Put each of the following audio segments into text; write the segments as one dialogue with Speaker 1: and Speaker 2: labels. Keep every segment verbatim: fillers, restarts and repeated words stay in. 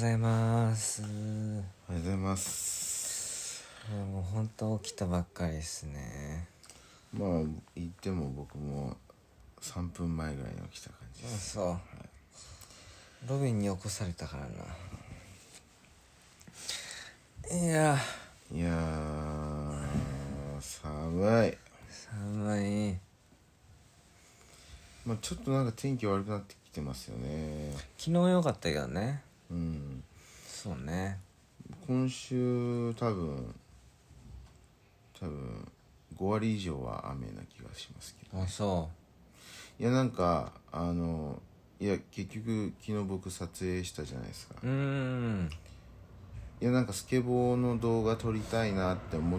Speaker 1: ざいます。
Speaker 2: おはようございます。
Speaker 1: もう本当起きたばっかりですね。
Speaker 2: まあ言っても僕もさんぷんまえぐらいに起きた感じです。
Speaker 1: そう、はい、ロビンに起こされたからな。いや
Speaker 2: いやー寒い
Speaker 1: 寒い。
Speaker 2: まあちょっとなんか天気悪くなってきてますよね。
Speaker 1: 昨日良かったけどね。
Speaker 2: うん
Speaker 1: そうね。
Speaker 2: 今週多分多分ごわり以上は雨な気がしますけど、ね、
Speaker 1: あ、そ
Speaker 2: ういやなんかあのいや結局昨日僕撮影したじゃないですか。
Speaker 1: う。うーん
Speaker 2: いやなんかスケボーの動画撮りたいなって思って、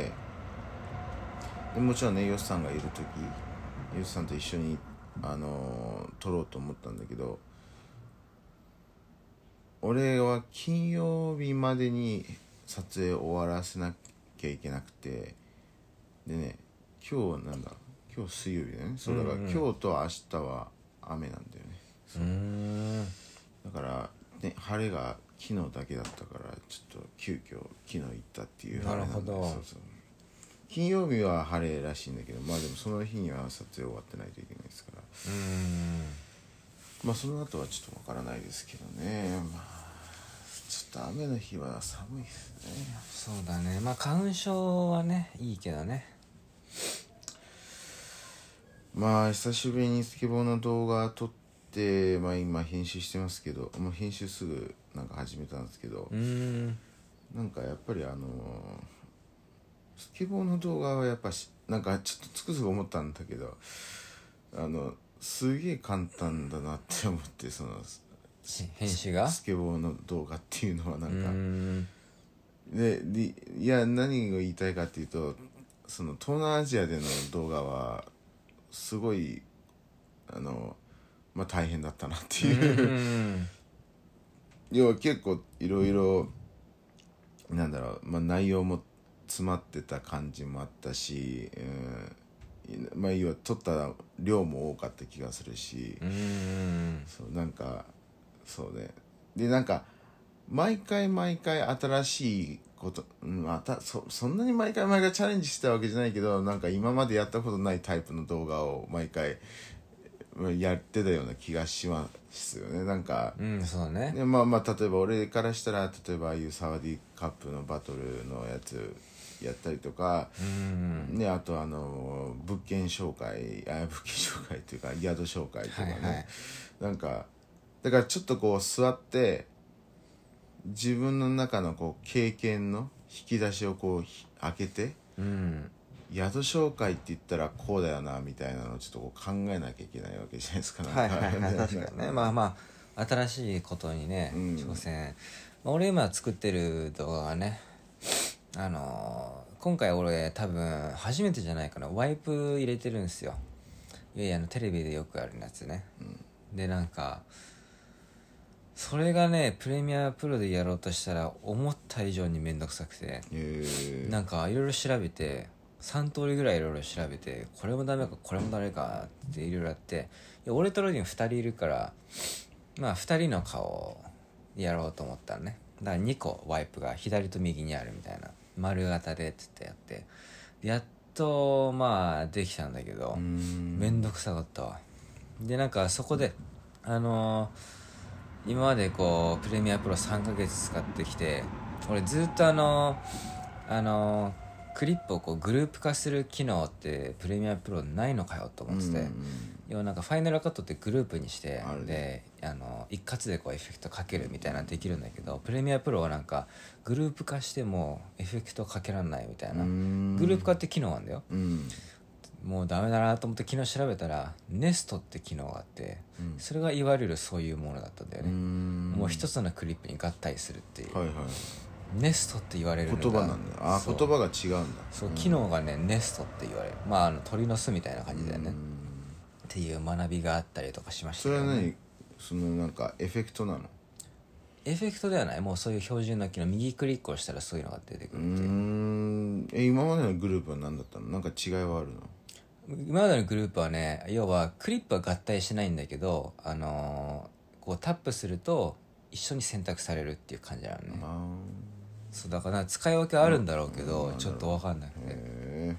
Speaker 2: でもちろんねヨシさんがいる時ヨシさんと一緒にあのー撮ろうと思ったんだけど、俺は金曜日までに撮影終わらせなきゃいけなくて、でね今日なんだ今日水曜日だよね。そうだから、うんうん、今日と明日は雨なんだよね。そううーんだから、ね、晴れが昨日だけだったからちょっと急遽昨日行ったっていう。
Speaker 1: なるほど。そう
Speaker 2: そう金曜日は晴れらしいんだけど、まあでもその日には撮影終わってないといけないですから、
Speaker 1: うーん
Speaker 2: まあその後はちょっとわからないですけどね。まあちょっと雨の日は寒いですね。
Speaker 1: そうだね。まあ花粉症はねいいけどね。
Speaker 2: まあ久しぶりにスケボーの動画撮って、まあ今編集してますけど、もう編集すぐなんか始めたんですけど、
Speaker 1: うーん
Speaker 2: なんかやっぱりあのスケボーの動画はやっぱしなんかちょっとつくづく思ったんだけど、あのすげえ簡単だなって思って、その
Speaker 1: 編集が
Speaker 2: スケボーの動画っていうのはなんか、
Speaker 1: うーん
Speaker 2: ででいや何が言いたいかっていうと、その東南アジアでの動画はすごいあのまあ大変だったなっていう要は結構いろいろなんだろう、まあ、内容も詰まってた感じもあったし、うん、まあ要は撮った量も多かった気がするし、
Speaker 1: うーん
Speaker 2: そうなんかそうね、でなんか毎回毎回新しいこと、うん、あた そ, そんなに毎回毎回チャレンジしたわけじゃないけど、なんか今までやったことないタイプの動画を毎回やってたような気がしますよね。なんか、
Speaker 1: うんそうね。
Speaker 2: でまあまあ例えば俺からしたら例えばああいうサワディーカップのバトルのやつやったりとか、
Speaker 1: うん
Speaker 2: ね、あとあの物件紹介あ物件紹介っていうか宿紹介とかね、はいはい、なんかだからちょっとこう座って自分の中のこう経験の引き出しをこう開けて、うん、宿紹介って言ったらこうだよなみたいなのをちょっとこう考えなきゃいけないわけじゃないですか。
Speaker 1: はいはいはい確かにね。まあまあ新しいことにね、うん、挑戦、まあ、俺今作ってる動画はね、あのー、今回俺多分初めてじゃないかな、ワイプ入れてるんですよ。いやいやあのテレビでよくあるやつね、うん、でなんかそれがねプレミアプロでやろうとしたら思った以上にめんどくさくて、なんかいろいろ調べてさん通りぐらいいろいろ調べて、これもダメかこれもダメかっていろいろやって、いや俺とロディンふたりいるから、まあふたりの顔をやろうと思ったのね。だからにこワイプが左と右にあるみたいな丸型でつってやって、やっとまあできたんだけどめんどくさかったわ。でなんかそこであのー、今までこうプレミアプロさんかげつ使ってきて、俺ずっとあのー、あのークリップをこうグループ化する機能ってプレミアプロないのかよと思ってて、うんうん、要はなんかファイナルカットってグループにしてであの一括でこうエフェクトかけるみたいなのできるんだけど、プレミアプロはなんかグループ化してもエフェクトかけらんないみたいな、グループ化って機能なんだよ、うん、もうダメだなと思って昨日調べたらネストって機能があって、うん、それがいわゆるそういうものだったんだよね。もう一つのクリップに合体するっていう、はいはい、ネストって言われるのが
Speaker 2: 言葉なんだ。あ、言葉が違うんだ。
Speaker 1: そう、機能がねネストって言われる、まああの鳥の巣みたいな感じだよねっていう学びがあったりとかしましたけど、ね、
Speaker 2: それは何、そのなんかエフェクトなの？
Speaker 1: エフェクトではない、もうそういう標準の機能、右クリックをしたらそういうのが出てくるっていう。うー
Speaker 2: ん、え今までのグループは何だったの？なんか違いはあるの？
Speaker 1: 今までのグループはね、要はクリップは合体しないんだけど、あのー、こうタップすると一緒に選択されるっていう感じなのね。
Speaker 2: あ
Speaker 1: そうだから使い分けあるんだろうけど、
Speaker 2: うん
Speaker 1: ちょっと分かんなくて、
Speaker 2: へ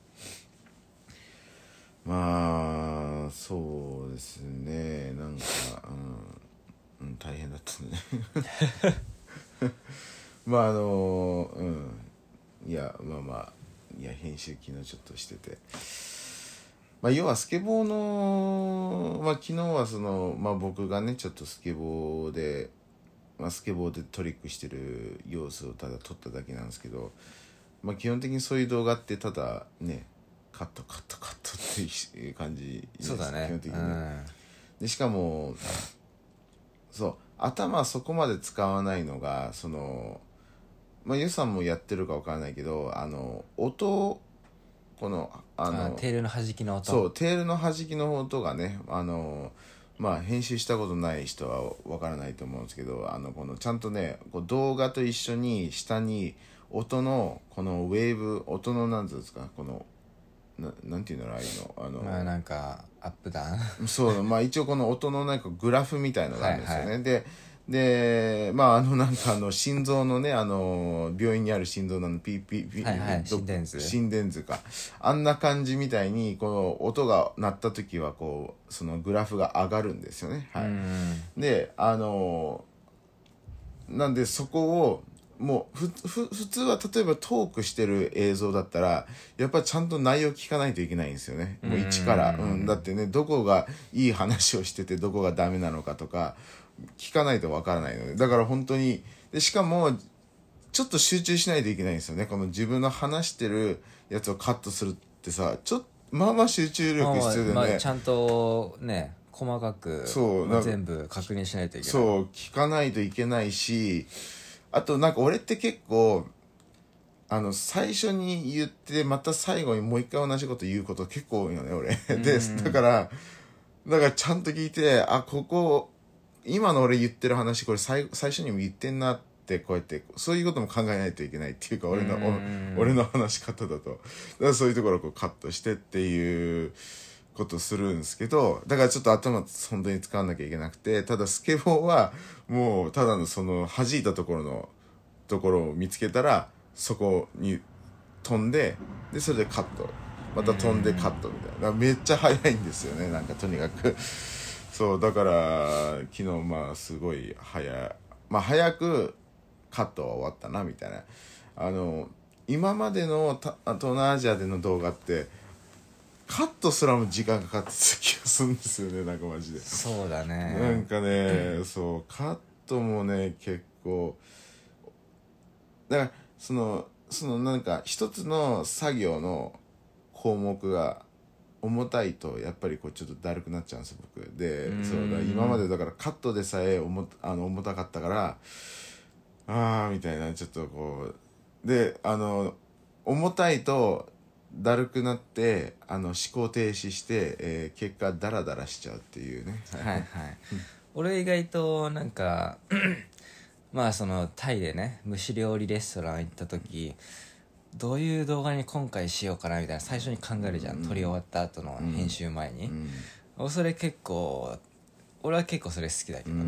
Speaker 2: ーまあそうですねなんか、うんうん、大変だったねまああのうんいやまあまあいや編集昨日ちょっとしてて、まあ、要はスケボーの、まあ、昨日はその、まあ、僕がねちょっとスケボーで、まあ、スケボーでトリックしてる様子をただ撮っただけなんですけど、まあ、基本的にそういう動画ってただねカットカットカットっていう感じです。
Speaker 1: そうだね
Speaker 2: 基本的に、
Speaker 1: うん、
Speaker 2: でしかもそう頭はそこまで使わないのがそのまあユウさんもやってるか分からないけどあの音このあの
Speaker 1: あテールの弾きの音
Speaker 2: そうテールの弾きの音がねあのまあ編集したことない人は分からないと思うんですけどあのこのちゃんとねこう動画と一緒に下に音のこのウェーブ音のなんていうんですかこのななんていうのああいうのあの、
Speaker 1: まあなんかアップダウン
Speaker 2: そうまあ一応この音のなんかグラフみたいのがあるんですよね、
Speaker 1: はいはい、
Speaker 2: ででまああのなんかあの心臓のねあの病院にある心臓のピーピーピー、
Speaker 1: はいはい、心電図
Speaker 2: 心電図かあんな感じみたいにこの音が鳴った時はこうそのグラフが上がるんですよね、はい、であのなんでそこをもうふふ普通は例えばトークしてる映像だったらやっぱりちゃんと内容聞かないといけないんですよねもう一から、うん、だってねどこがいい話をしててどこがダメなのかとか聞かないとわからないのでだから本当にでしかもちょっと集中しないといけないんですよねこの自分の話してるやつをカットするってさちょっとまあまあ集中力必要でね、
Speaker 1: まあまあ、ちゃんとね細かく
Speaker 2: そう
Speaker 1: まあ、全部確認しないといけない
Speaker 2: そう聞かないといけないしあとなんか俺って結構あの最初に言ってまた最後にもう一回同じこと言うこと結構多いのね俺でだからだからちゃんと聞いてあここ今の俺言ってる話これ最最初にも言ってんなってこうやってそういうことも考えないといけないっていうか俺の俺の話し方だとだからそういうところをこうカットしてっていうことするんですけどだからちょっと頭本当に使わなきゃいけなくてただスケボーはもうただのその弾いたところのところを見つけたらそこに飛んででそれでカットまた飛んでカットみたいなだからめっちゃ速いんですよねなんかとにかくそうだから昨日まあすごい早まあ早くカットは終わったなみたいなあの今までの東南アジアでの動画ってカットすらも時間かかってた気がするんですよねなんかマジで
Speaker 1: そうだね
Speaker 2: なんかね、うん、そうカットもね結構だからそのそのなんか一つの作業の項目が重たいとやっぱりこうちょっとだるくなっちゃうんですよ僕でそうだ今までだからカットでさえ重あの重たかったからああみたいなちょっとこうであの重たいとだるくなってあの思考停止して、えー、結果ダラダラしちゃうっていうね
Speaker 1: はいはい俺意外となんかまあそのタイでね蒸し料理レストラン行った時どういう動画に今回しようかなみたいな最初に考えるじゃん、うん、撮り終わった後の編集前に、うんうん、それ結構俺は結構それ好きだけどね、うん、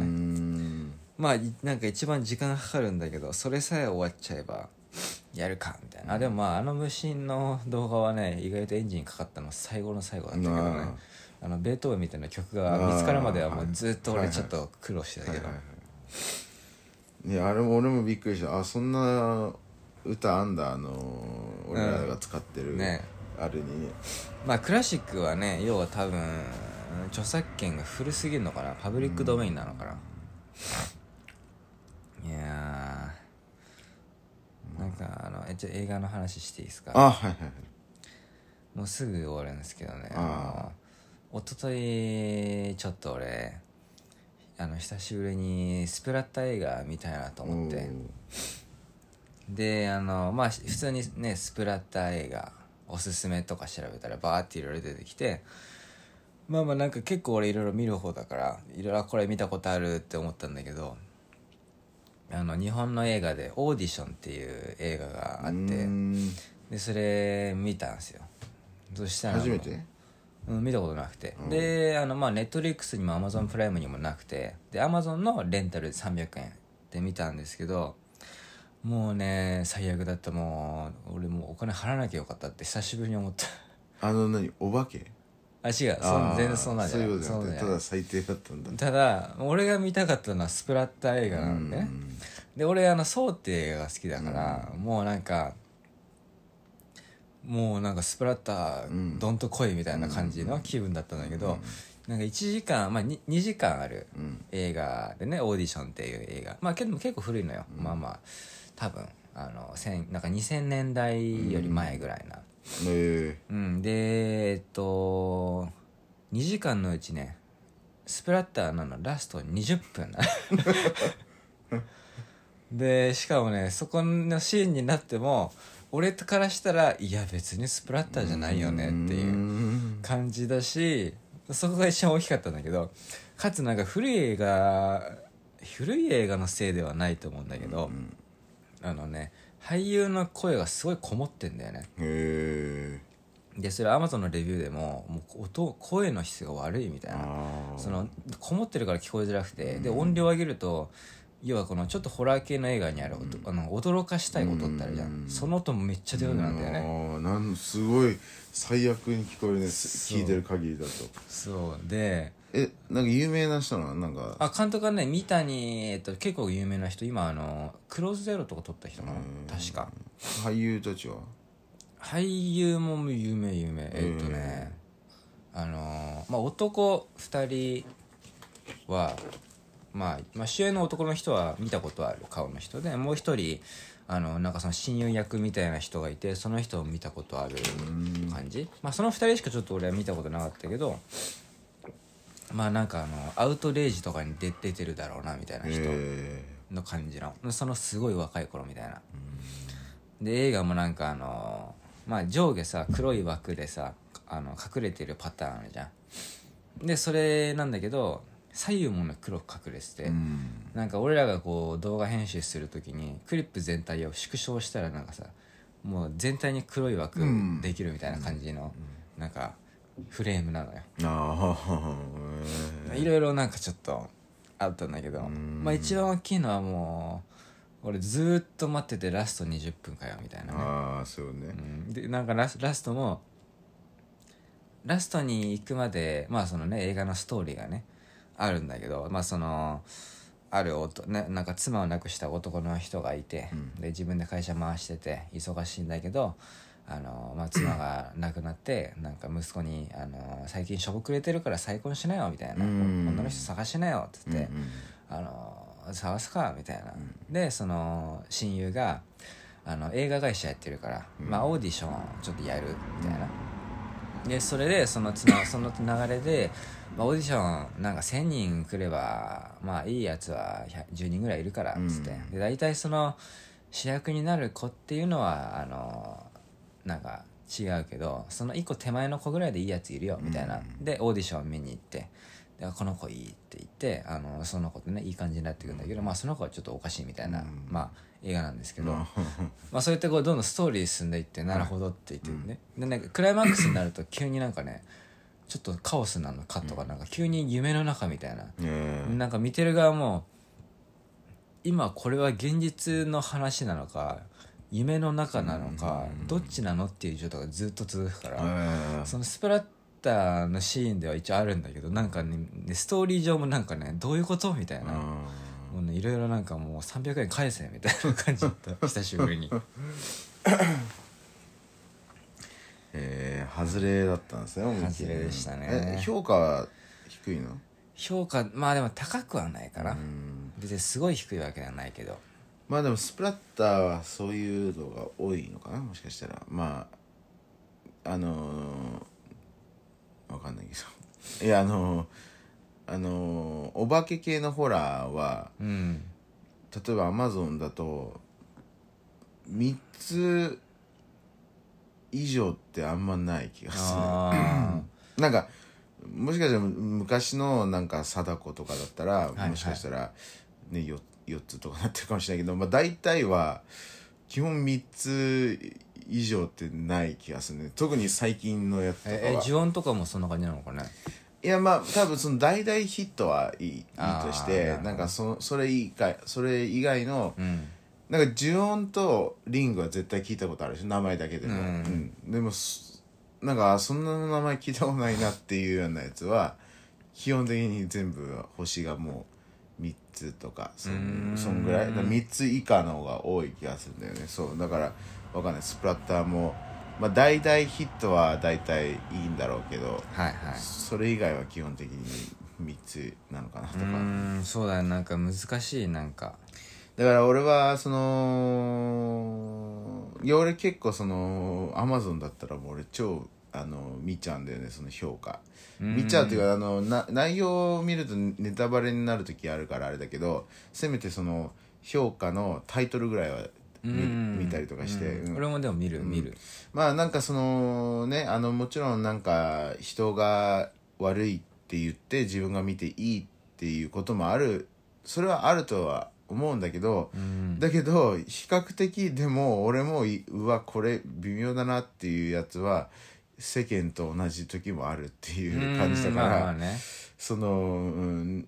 Speaker 1: まあなんか一番時間かかるんだけどそれさえ終わっちゃえばやるかみたいな、あでもまああの無心の動画はね意外とエンジンかかったの最後の最後だったけどねあのベートーベンみたいな曲が見つかるまではもうずっと俺ちょっと苦労してたけど、
Speaker 2: いやあれも俺もびっくりしたあそんな歌あんだあのー、俺らが使ってる、うんね、あれに
Speaker 1: まあクラシックはね要は多分著作権が古すぎるのかなパブリックドメインなのかな、うん、いやーなんかあのえじゃ映画の話していいですか
Speaker 2: あはいはいはい
Speaker 1: もうすぐ終わるんですけどねあの一昨日ちょっと俺あの久しぶりにスプラッタ映画見たいなと思ってであのまあ普通にねスプラッタ映画おすすめとか調べたらバーっていろいろ出てきてまあまあなんか結構俺いろいろ見る方だからいろいろこれ見たことあるって思ったんだけどあの日本の映画でオーディションっていう映画があってでそれ見たんですよそしたら
Speaker 2: 初めて
Speaker 1: うん、見たことなくて、
Speaker 2: うん、
Speaker 1: であのまあネットフリックスにもアマゾンプライムにもなくて、でアマゾンのレンタルでさんびゃくえんで見たんですけど、もうね最悪だった。もう俺もうお金払わなきゃよかったって久しぶりに思った。
Speaker 2: あの何お化け
Speaker 1: あ、違う、そん全然そうなんじゃない。
Speaker 2: そういうことじゃなくてただ最低だったんだ。
Speaker 1: ただ俺が見たかったのはスプラッター映画なんでね、で俺あのソーっていう映画が好きだから、うん、もうなんかもうなんかスプラッターどんと来いみたいな感じの気分だったんだけど、うん、なんかいちじかん、まあ、に, にじかんある映画でね、オーディションっていう映画、まあけど結構古いのよ、うん、まあまあ多分あのなんかにせんねんだいより前ぐらいな、うん、うん、でえっとにじかんのうちねスプラッターなのラストにじゅっぷんなでしかもねそこのシーンになっても俺からしたらいや別にスプラッターじゃないよねっていう感じだし、そこが一番大きかったんだけど、かつなんか古い映画古い映画のせいではないと思うんだけど、あのね俳優の声がすごいこもってんだよね。へー。でそれ Amazon のレビューでも、もう音声の質が悪いみたいな、そのこもってるから聞こえづらくて、で音量上げると要はこのちょっとホラー系の映画にある音、うん、あの驚かしたい音ってあるじゃん、うん、その音もめっちゃでかくなんだよね。
Speaker 2: あなんすごい最悪に聞こえるね、聞いてる限りだと。
Speaker 1: そうで
Speaker 2: えなんか有名な人なのなんか
Speaker 1: あ監督はね三谷、えっと、結構有名な人、今あのクローズゼロとか撮った人かな確か。
Speaker 2: 俳優たちは
Speaker 1: 俳優も有名有名えっとねあのまあ男ふたりはまあ、まあ主演の男の人は見たことある顔の人で、もう一人あのなんかその親友役みたいな人がいて、その人を見たことある感じ。まあその二人しかちょっと俺は見たことなかったけど、まあなんかあのアウトレイジとかに出てるだろうなみたいな人の感じの、そのすごい若い頃みたいな。で映画もなんかあのまあ上下さ黒い枠でさあの隠れてるパターンあるじゃん。でそれなんだけど左右もね黒く隠れてて、うん、なんか俺らがこう動画編集するときにクリップ全体を縮小したらなんかさもう全体に黒い枠できるみたいな感じの、うん、なんかフレームなのよ。あいろいろなんかちょっとあったんだけど、まあ一番大きいのはもう俺ずっと待っててラストにじゅっぷんかよみたいなね。
Speaker 2: ああそうね、
Speaker 1: うん、でなんかラス、ラストもラストに行くまでまあそのね映画のストーリーがねあるんだけど、まあそのあるおと、ね、なんか妻を亡くした男の人がいて、うん、で自分で会社回してて忙しいんだけど、あの、まあ、妻が亡くなってなんか息子にあの最近しょぼくれてるから再婚しなよみたいな、女の人探しなよって言って、あの探すかみたいな、でその親友があの映画会社やってるから、まあ、オーディションちょっとやるみたいな。でそれでそのつなその流れで、まあ、オーディションなんかせんにん来ればまあいいやつはじゅうにんぐらいいるからっつって、うん、で大体その主役になる子っていうのはあのなんか違うけどそのいっこ手前の子ぐらいでいいやついるよみたいな、うん、でオーディション見に行ってでこの子いいって言ってあのその子とねいい感じになっていくんだけど、まあその子はちょっとおかしいみたいな、うん、まあ映画なんですけど、まあそうやってこうどんどんストーリー進んでいってなるほどって言ってるね、うん、でなんかクライマックスになると急になんかねちょっとカオスなのカットがなんか急に夢の中みたいな、うん、なんか見てる側も今これは現実の話なのか夢の中なのか、うん、どっちなのっていう状態がずっと続くから、うん、そのスプラッターのシーンでは一応あるんだけどなんかねストーリー上もなんかねどういうことみたいな、うんもうねいろいろなんかもうさんびゃくえん返せみたいな感じだった久しぶりに
Speaker 2: えー、外れだったんですね。
Speaker 1: 外れでしたね。
Speaker 2: え評価は低いの？
Speaker 1: 評価まあでも高くはないかな。別にすごい低いわけではないけど、
Speaker 2: まあでもスプラッターはそういうのが多いのかなもしかしたら。まああのー、わかんないけどいやあのーあのー、お化け系のホラーは、うん、例えばアマゾンだとみっつ以上ってあんまない気がするなんかもしかしたら昔のなんか貞子とかだったら、はいはい、もしかしたら、ね、よ, よっつとかなってるかもしれないけど、まあ、大体は基本みっつ以上ってない気がするね。特に最近のやつとかは。
Speaker 1: ええ呪音とかもそんな感じなのかね。
Speaker 2: いやまあ多分その大々ヒットはいい、いいとして
Speaker 1: あー
Speaker 2: なんかそそれ以外それ以外の、
Speaker 1: うん
Speaker 2: なんか呪音とリングは絶対聞いたことあるでしょ、名前だけでも、
Speaker 1: うん
Speaker 2: うんでもすなんかそんな名前聞いたことないなっていうようなやつは基本的に全部星がもうみっつとかそんそんぐらいだからみっつ以下の方が多い気がするんだよね。そうだからわかんない、スプラッターもまあ大々ヒットは大体いいんだろうけど、
Speaker 1: はいはい。
Speaker 2: それ以外は基本的にみっつなのかなと
Speaker 1: う
Speaker 2: か。
Speaker 1: ーんそうだよ、なんか難しい、なんか
Speaker 2: だから俺はそのいや俺結構そのアマゾンだったらもう俺超あの見ちゃうんだよね、その評価見ちゃうっていうか、あのな内容を見るとネタバレになる時あるからあれだけど、せめてその評価のタイトルぐらいは見見たりとかして、
Speaker 1: うん
Speaker 2: うん
Speaker 1: 俺もでも見る、見る。
Speaker 2: まあなんかそのねあのもちろんなんか人が悪いって言って自分が見ていいっていうこともある、それはあるとは思うんだけど、
Speaker 1: うん
Speaker 2: だけど比較的でも俺もいうわこれ微妙だなっていうやつは世間と同じ時もあるっていう感じだから、
Speaker 1: うんまあまあね、
Speaker 2: その、うん、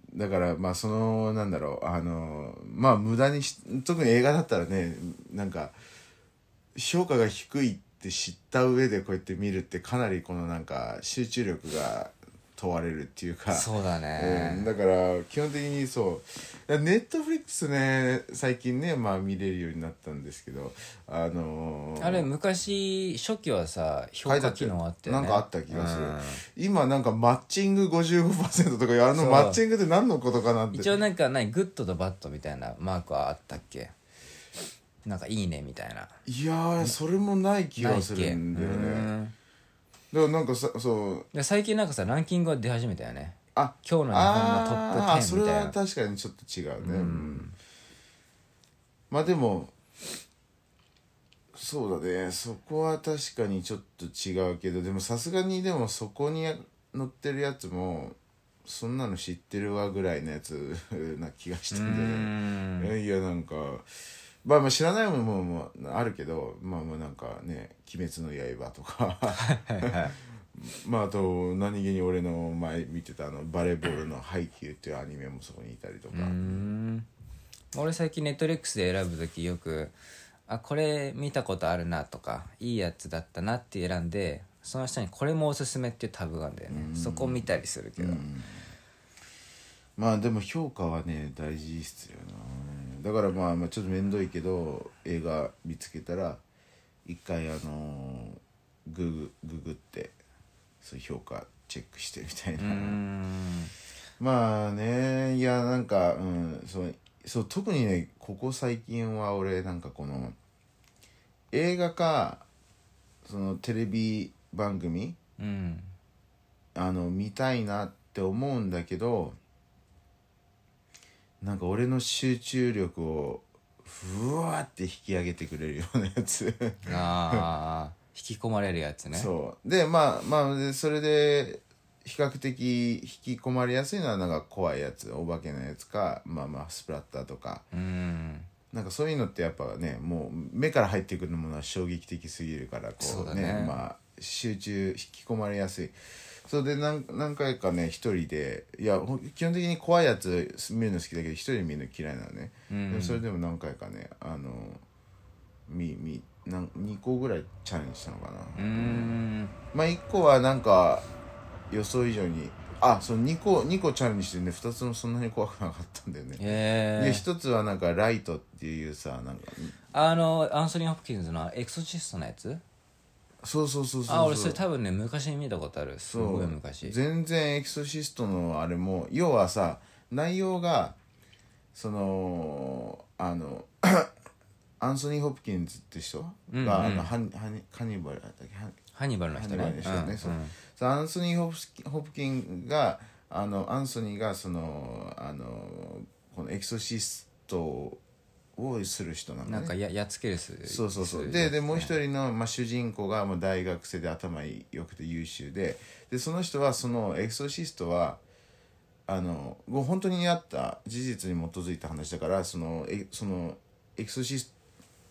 Speaker 2: だからまあそのなんだろうあのまあ無駄にし特に映画だったらねなんか評価が低いって知った上でこうやって見るってかなりこのなんか集中力が問われるっていうか、
Speaker 1: そうだね、
Speaker 2: うん、だから基本的にそうネットフリックスね最近ねまあ見れるようになったんですけど、あのー、
Speaker 1: あれ昔初期はさ評価機能あったよね、
Speaker 2: なんかあった気がする、
Speaker 1: うん
Speaker 2: 今なんかマッチング ごじゅうごパーセント とかあのマッチングって何のことかなって
Speaker 1: 一応なんか何グッドとバッドみたいなマークはあったっけ、なんかいいねみたいな、
Speaker 2: いやーそれもない気がするんだよね。だからなんかさそう
Speaker 1: で最近なんかさランキングが出始めたよね、
Speaker 2: あ
Speaker 1: 今日の日本のトップ
Speaker 2: あー
Speaker 1: じゅうみたいな。
Speaker 2: それは確かにちょっと違うね、
Speaker 1: うん
Speaker 2: うんまあでもそうだねそこは確かにちょっと違うけど、でもさすがにでもそこに載ってるやつもそんなの知ってるわぐらいのやつな気がしてんだよね。
Speaker 1: うん
Speaker 2: いやなんかまあまあ知らないものもあるけど、まあまあなんかね「鬼滅の刃」とかまああと何気に俺の前見てたあのバレーボールの「ハイキュー」っていうアニメもそこにいたりとか、
Speaker 1: うん俺最近ネットレックスで選ぶときよくあこれ見たことあるなとかいいやつだったなって選んで、その下にこれもおすすめっていうタブがあるんだよね、そこを見たりするけど、
Speaker 2: うんまあでも評価はね大事っすよな。だからまあまあちょっと面倒いけど映画見つけたら一回あのー、ググググってそういう評価チェックしてみたいな。
Speaker 1: うん
Speaker 2: まあねいやなんか、うん、そうそう特にねここ最近は俺なんかこの映画かそのテレビ番組
Speaker 1: うん
Speaker 2: あの見たいなって思うんだけど、なんか俺の集中力をふわって引き上げてくれるようなやつ
Speaker 1: ああ引き込まれるやつね。
Speaker 2: そうでまあまあでそれで比較的引き込まれやすいのはなんか怖いやつお化けのやつかまあまあスプラッターとか
Speaker 1: うん
Speaker 2: なんかそういうのってやっぱねもう目から入ってくるものは衝撃的すぎるからこうね
Speaker 1: そうだね
Speaker 2: まあ集中引き込まれやすい。それで何何回かね一人でいやほ基本的に怖いやつ見るの好きだけど一人で見るの嫌いなのね、
Speaker 1: うん
Speaker 2: でもそれでも何回かねあのみみなんにこぐらいチャレンジしたのかな。
Speaker 1: うん
Speaker 2: まあいっこはなんか予想以上にあそのにこにこチャレンジしてねふたつもそんなに怖くなかったんだよね。
Speaker 1: へえ
Speaker 2: でひとつはなんかライトっていうさなんか
Speaker 1: あのアンソニー・ホプキンズのエクソシストのやつ。
Speaker 2: そうそうそうそうそう
Speaker 1: あ俺それ多分ね昔に見たことある、すごい昔。
Speaker 2: 全然エクソシストのあれも要はさ内容がそのあのアンソニー・ホプキンズって人が、
Speaker 1: うんうん
Speaker 2: あのハニハニカニバルだったっけハ
Speaker 1: ハニバルの人ね。
Speaker 2: ハニバルの人ね
Speaker 1: うん
Speaker 2: そうそうアンソニー・ホプキホプキンがあのアンソニーがそのあのこのエクソシストをする人なのね。
Speaker 1: なんかややっつけるす
Speaker 2: そうそうそう
Speaker 1: する
Speaker 2: ででもう
Speaker 1: やつね
Speaker 2: 一人の、まあ、主人公がもう大学生で頭良くて優秀ででその人はそのエクソシストはあのご本当にあった事実に基づいた話だからそのえそのエクソシス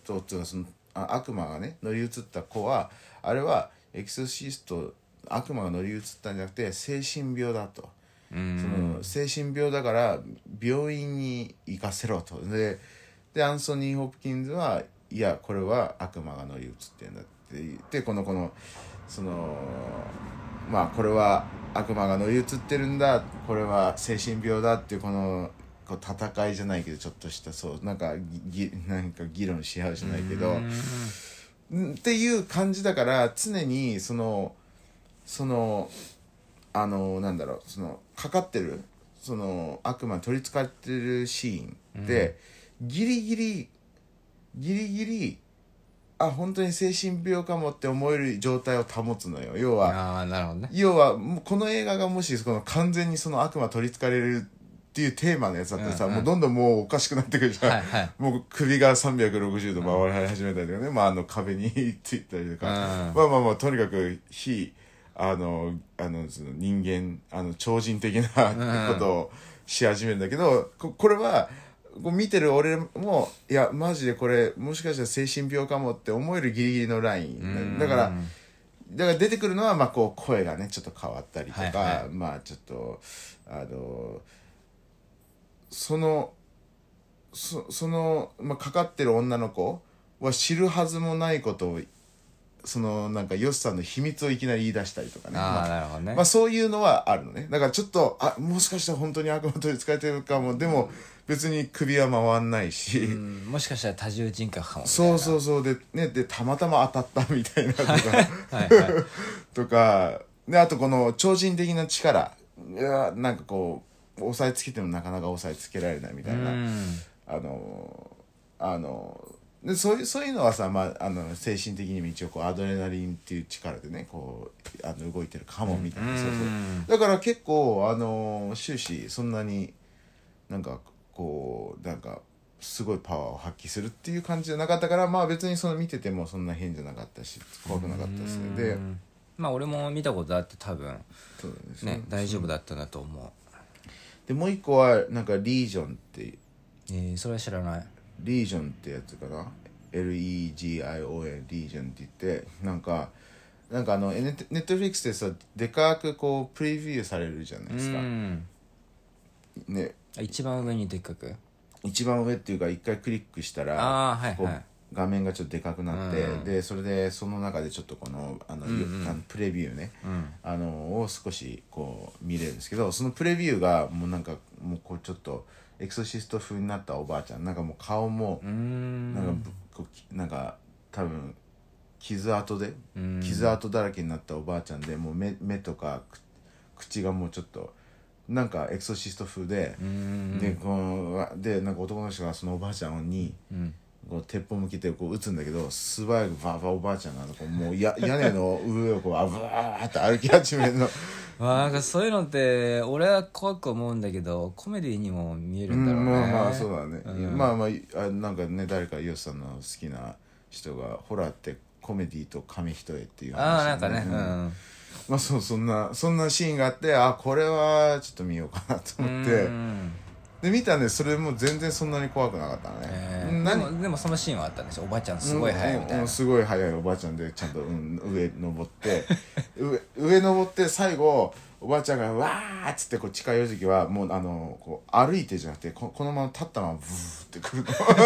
Speaker 2: トっていうのはそのあ悪魔がね乗り移った子はあれはエクソシスト悪魔が乗り移ったんじゃなくて精神病だと。その精神病だから病院に行かせろと。ででアンソニー・ホプキンズはいやこれは悪魔が乗り移ってんだって言ってこのこのそのまあこれは悪魔が乗り移ってるんだこれは精神病だっていうこのこう戦いじゃないけどちょっとしたそうなんかぎなんか議論し合うじゃないけどっていう感じだから常にそのそのあのなんだろうそのかかってるその悪魔に取りつかれてるシーンで、うん、ギリギリギリギリあ本当に精神病かもって思える状態を保つのよ。要は
Speaker 1: あなるほど、ね、
Speaker 2: 要はこの映画がもしこの完全にその悪魔取りつかれるっていうテーマのやつだったらさ、うんうん、もうどんどんもうおかしくなってくるじゃん、はいはい、もう首がさんびゃくろくじゅうど回り始めたりとかね、うん、まああの壁についたりとか、うん、まあまあまあとにかく非あのあのその人間あの超人的なことをし始めるんだけど、こ, これはこう見てる俺もいやマジでこれもしかしたら精神病かもって思えるギリギリのラインだからだから出てくるのはまあこう声がねちょっと変わったりとか、はいはい、まあちょっとあのそのそ, その、まあ、かかってる女の子は知るはずもないことをそのなんかヨスさんの秘密をいきなり言い出したりとかね。
Speaker 1: ああ、なるほどね。
Speaker 2: まあそういうのはあるのね。だからちょっとあもしかしたら本当に悪魔取り憑かれてるかも、でも別に首は回んないし、う
Speaker 1: んもしかしたら多重人格かもみたい
Speaker 2: な。そうそうそうでねでたまたま当たったみたいなとかはい、はい、とかであとこの超人的な力いやなんかこう押さえつけてもなかなか押さえつけられないみたいなあのあの。でそういうそういうのはさ、まあ、あの精神的にも一応こうアドレナリンっていう力でねこうあの動いてるかもみたいな、うん、そうそうだから結構あの終始そんなになんかこうなんかすごいパワーを発揮するっていう感じじゃなかったからまあ別にその見ててもそんな変じゃなかったし怖くなかったですね。で
Speaker 1: まあ俺も見たことあって多分そうですね、ね大丈夫だったんだと思う。
Speaker 2: でもう一個はなんかリージョンって
Speaker 1: えー、それは知らない。
Speaker 2: リージョンってやつかな エルイージーアイオーエン リージョンって言ってなんかなんかあのネットフリックスでさでかくこうプレビューされるじゃないですか。ね
Speaker 1: 一番上にでっかく
Speaker 2: 一番上っていうか一回クリックしたら
Speaker 1: あ、はいはい、
Speaker 2: 画面がちょっとでかくなって、うん、でそれでその中でちょっとこのあの、うんうん、あのプレビューね、うん、あのを少しこう見れるんですけどそのプレビューがもうなんかもうこうちょっとエクソシスト風になったおばあちゃんなんかもう顔もなんかこうなんか多分傷跡で傷跡だらけになったおばあちゃんでもう 目, 目とか口がもうちょっとなんかエクソシスト風ででこのでなんか男の人がそのおばあちゃんに、うんこう鉄砲向けてこう撃つんだけど素早くバーバーおばあちゃんがこうもうや屋根の上をこうあぶわーって歩き始めるの
Speaker 1: まあなんかそういうのって俺は怖く思うんだけどコメディにも見えるんだろうね、
Speaker 2: うん、まあまあそうだね、うん、まあまああなんかね誰かヨシさんの好きな人がホラーってコメディと紙一重っていう話、ね、
Speaker 1: ああなんかね、うんうん、
Speaker 2: まあそうそんなそんなシーンがあってあこれはちょっと見ようかなと思ってで見たんでそれも全然そんなに怖くなかったね、え
Speaker 1: ー、でもでもそのシーンはあったんですよおばあちゃんすごい速いみたいな、うんうん、
Speaker 2: すごい速いおばあちゃんでちゃんと、うん、上登って上上登って最後おばあちゃんがわーっつってこう近寄る時はもうあのこう歩いてじゃなくて こ, このまま立ったままブーってくる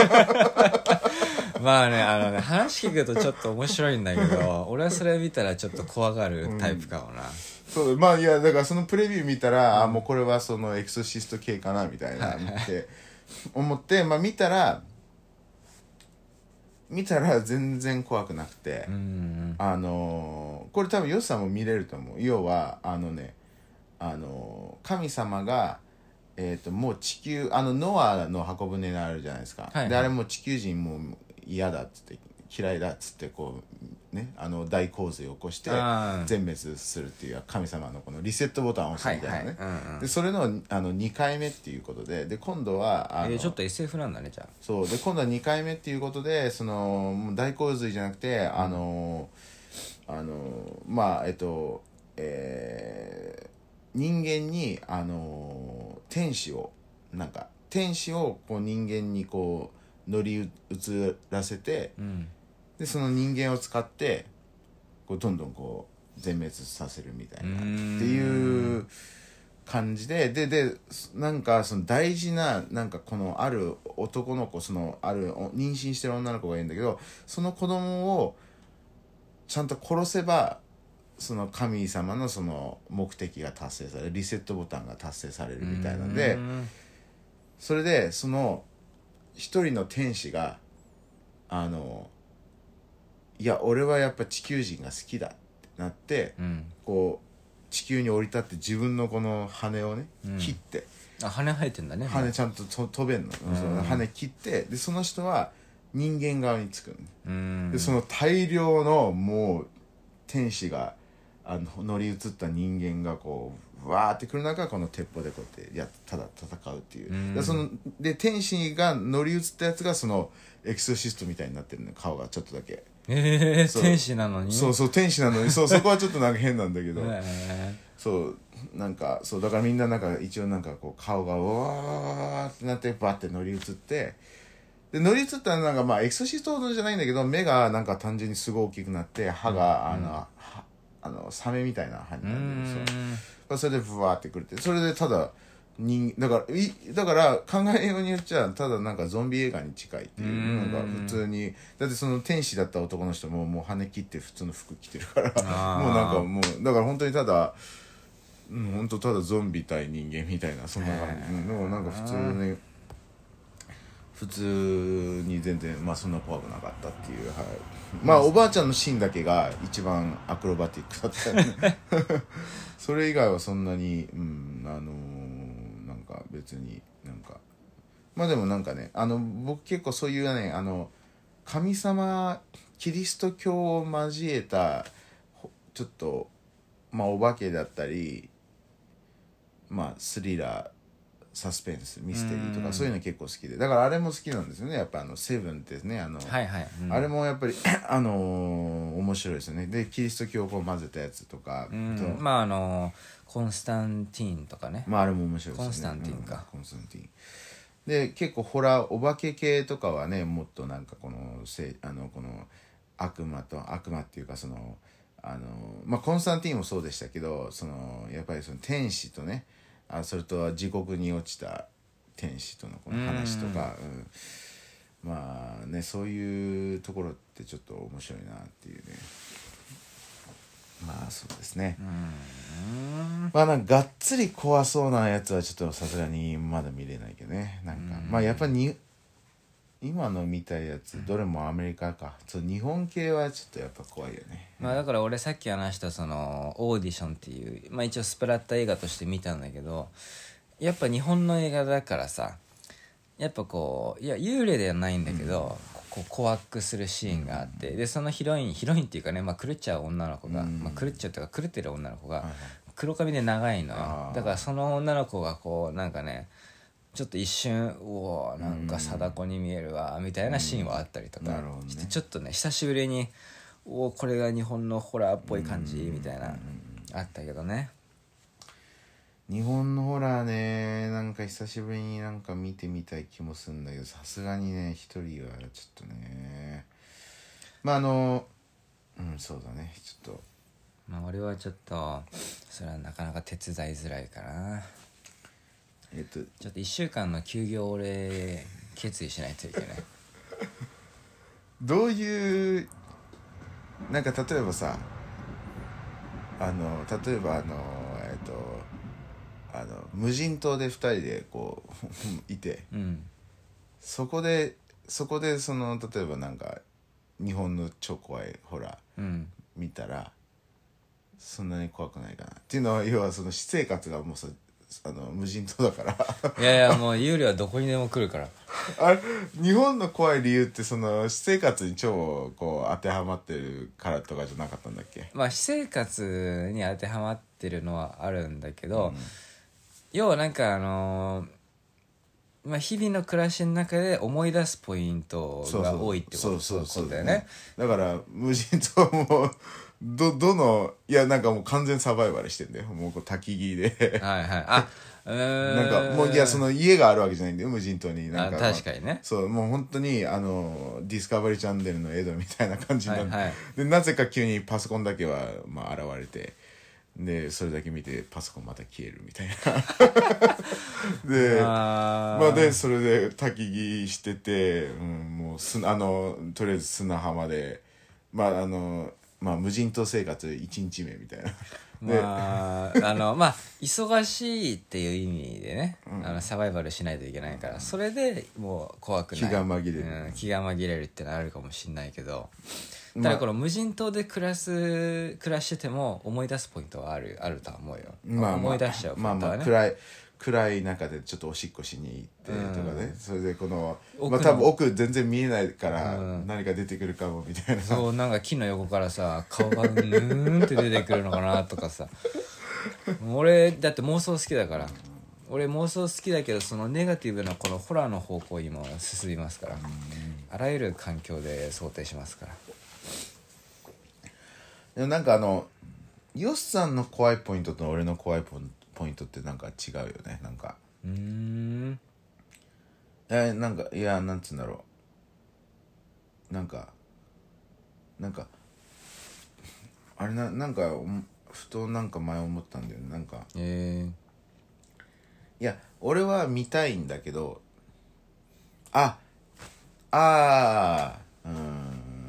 Speaker 1: のまあねあのね話聞くとちょっと面白いんだけど俺はそれ見たらちょっと怖がるタイプかもな、うん
Speaker 2: そうまあいやだからそのプレビュー見たら、うん、あもうこれはそのエクソシスト系かなみたいなって思ってまあ見たら見たら全然怖くなくて、うんうん、あのー、これ多分ヨシさんも見れると思う。要はあのねあのー、神様がえっともう地球あのノアの箱舟があるじゃないですか、はいはい、であれも地球人もう嫌だっつって嫌いだっつってこうねあの大洪水を起こして全滅するっていう神様のこのリセットボタンを押すみたいなね、はいはいうんうん、でそれのあのにかいめっていうことでで今度はあの、
Speaker 1: えー、ちょっと エスエフ なんだねじゃあ
Speaker 2: そうで今度はにかいめっていうことでその大洪水じゃなくて、うん、あのあのまあえっとえー、人間にあの天使をなんか天使をこう人間にこう乗り移らせて、
Speaker 1: うん、
Speaker 2: でその人間を使ってこうどんどんこう全滅させるみたいなっていう感じで、ででなんかその大事ななんかこのある男の子、そのある妊娠してる女の子がいるんだけど、その子供をちゃんと殺せばその神様のその目的が達成される、リセットボタンが達成されるみたいなので、それでその一人の天使があのいや俺はやっぱ地球人が好きだってなって、うん、こう地球に降り立って自分のこの羽をね、うん、切って、
Speaker 1: あ羽生えてんだね、
Speaker 2: 羽ちゃんとと飛べんの、うん、その羽切って、でその人は人間側につくの、うん、でその大量のもう天使があの乗り移った人間がこうわーってくる中、この鉄砲でこうやってやただ戦うっていう、うん、でそので天使が乗り移ったやつがそのエクソシストみたいになってるの、顔がちょっとだけ。
Speaker 1: えー、天使なのに
Speaker 2: そうそう天使なのにそうそこはちょっとなんか変なんだけど、えー、そうなんかそうだからみんななんか一応なんかこう顔がうわーってなってバッて乗り移って、で乗り移ったらなんかまあエクソシストほどじゃないんだけど、目がなんか単純にすごい大きくなって歯が、うん、あのあのサメみたいな歯になるんですよ。それでブワーってくるって、それでただ人だからいだから考えようによっちゃただなんかゾンビ映画に近いっていうのが普通に、だってその天使だった男の人ももう羽切って普通の服着てるからもうなんかもうだから本当にただ、うん、本当ただゾンビ対人間みたいなそんな感じ、うん、だからなんか普通に普通に全然まあそんな怖くなかったっていう、はい、まあおばあちゃんのシーンだけが一番アクロバティックだったよねそれ以外はそんなに、うん、あのー、なんか別になんかまあでもなんかね、あの僕結構そういうね、あの神様キリスト教を交えたちょっとまあお化けだったりまあスリラーサスペンスミステリーとかそういうの結構好きで、だからあれも好きなんですよね、やっぱあのセブンってね、あの、
Speaker 1: はいはい、うん、
Speaker 2: あれもやっぱりあのー、面白いですよね。でキリスト教をこう混ぜたやつとか、
Speaker 1: うん、まああのコンスタンティーンとかね、
Speaker 2: まああれも面白いですよね。
Speaker 1: コンスタンティーンか、うん、
Speaker 2: コンスタンティーンで結構ホラーお化け系とかはね、もっとなんかこのせあのこの悪魔と悪魔っていうかそのあのまあコンスタンティーンもそうでしたけど、そのやっぱりその天使とね、あそれと地獄に落ちた天使とのこの話とか、うん、まあねそういうところってちょっと面白いなっていうね。まあそうですね。うんまあなんかがっつり怖そうなやつはちょっとさすがにまだ見れないけどね。なんかまあやっぱりに今の見たやつどれもアメリカか、そう日本系はちょっとやっぱ怖いよね。
Speaker 1: まあだから俺さっき話したそのオーディションっていう、まあ一応スプラッタ映画として見たんだけど、やっぱ日本の映画だからさ、やっぱこういや幽霊ではないんだけど、うん、こう怖くするシーンがあって、でそのヒロインヒロインっていうかね、まあ、狂っちゃう女の子が、うんまあ、狂っちゃうというか狂ってる女の子が黒髪で長いのよ。だからその女の子がこうなんかねちょっと一瞬うおなんか貞子に見えるわみたいなシーンはあったりとかして、ちょっとね久しぶりにおこれが日本のホラーっぽい感じみたいなあったけどね。
Speaker 2: 日本のホラーね、なんか久しぶりになんか見てみたい気もするんだけど、さすがにね一人はちょっとね、まああのうんそうだね、ちょっと
Speaker 1: まあ俺はちょっとそれはなかなか手伝いづらいかな。えっとちょっといっしゅうかんの休業を俺決意しないといけない
Speaker 2: どういうなんか例えばさあの例えばあのえっとあの無人島でふたりでこういて、うん、そこでそこでその例えばなんか日本の超怖いホラー、うん、見たらそんなに怖くないかなっていうのは、要はその私生活がもうさあの無人島だから
Speaker 1: いやいやもう幽霊はどこにでも来るから
Speaker 2: あれ日本の怖い理由ってその私生活に超こう当てはまってるからとかじゃなかったんだっけ。
Speaker 1: まあ私生活に当てはまってるのはあるんだけど、うん、要はなんかあのー、まあ日々の暮らしの中で思い出すポイントが多いってことだよね。
Speaker 2: だから無人島もどどのいやなんかもう完全サバイバルしてんだよ、もうこう焚き木で
Speaker 1: はいはいあえー、
Speaker 2: なんかもういやその家があるわけじゃないんだよ無人島になんか
Speaker 1: 確かにね
Speaker 2: そうもう本当にあのディスカバリーチャンネルの江戸みたいな感じになって、
Speaker 1: はいはい、
Speaker 2: でなぜか急にパソコンだけは、まあ、現れてでそれだけ見てパソコンまた消えるみたいなであまあでそれで焚き木してて、うん、もうすあのとりあえず砂浜でまああのまあ無人島生活いちにちめみたいな
Speaker 1: まああのまあ忙しいっていう意味でね、うん、あのサバイバルしないといけないから、うん、それでもう怖くない
Speaker 2: 気が紛れる、
Speaker 1: うん、気が紛れるってのはあるかもしれないけど、ただこの無人島で暮らす暮らしてても思い出すポイントはあるあるとは思うよ、まあまあ、思い出しちゃうポイントはね、
Speaker 2: まあまあ暗い暗い中でちょっとおしっこしに行ってとかね、うん、それでこのまあ多分奥全然見えないから何か出てくるかもみたいな、うん、
Speaker 1: そうなんか木の横からさ顔がヌーンって出てくるのかなとかさ俺だって妄想好きだから、うん、俺妄想好きだけどそのネガティブなこのホラーの方向にも進みますから、うん、あらゆる環境で想定しますから。
Speaker 2: でもなんかあのヨッさんの怖いポイントと俺の怖いポイントポイントってなんか違うよねなんか
Speaker 1: うーん
Speaker 2: えなんかいやなんつうんだろうなんかなんかあれななんかふとなんか前思ったんだよねなんか
Speaker 1: え
Speaker 2: ー、いや俺は見たいんだけどああーうーん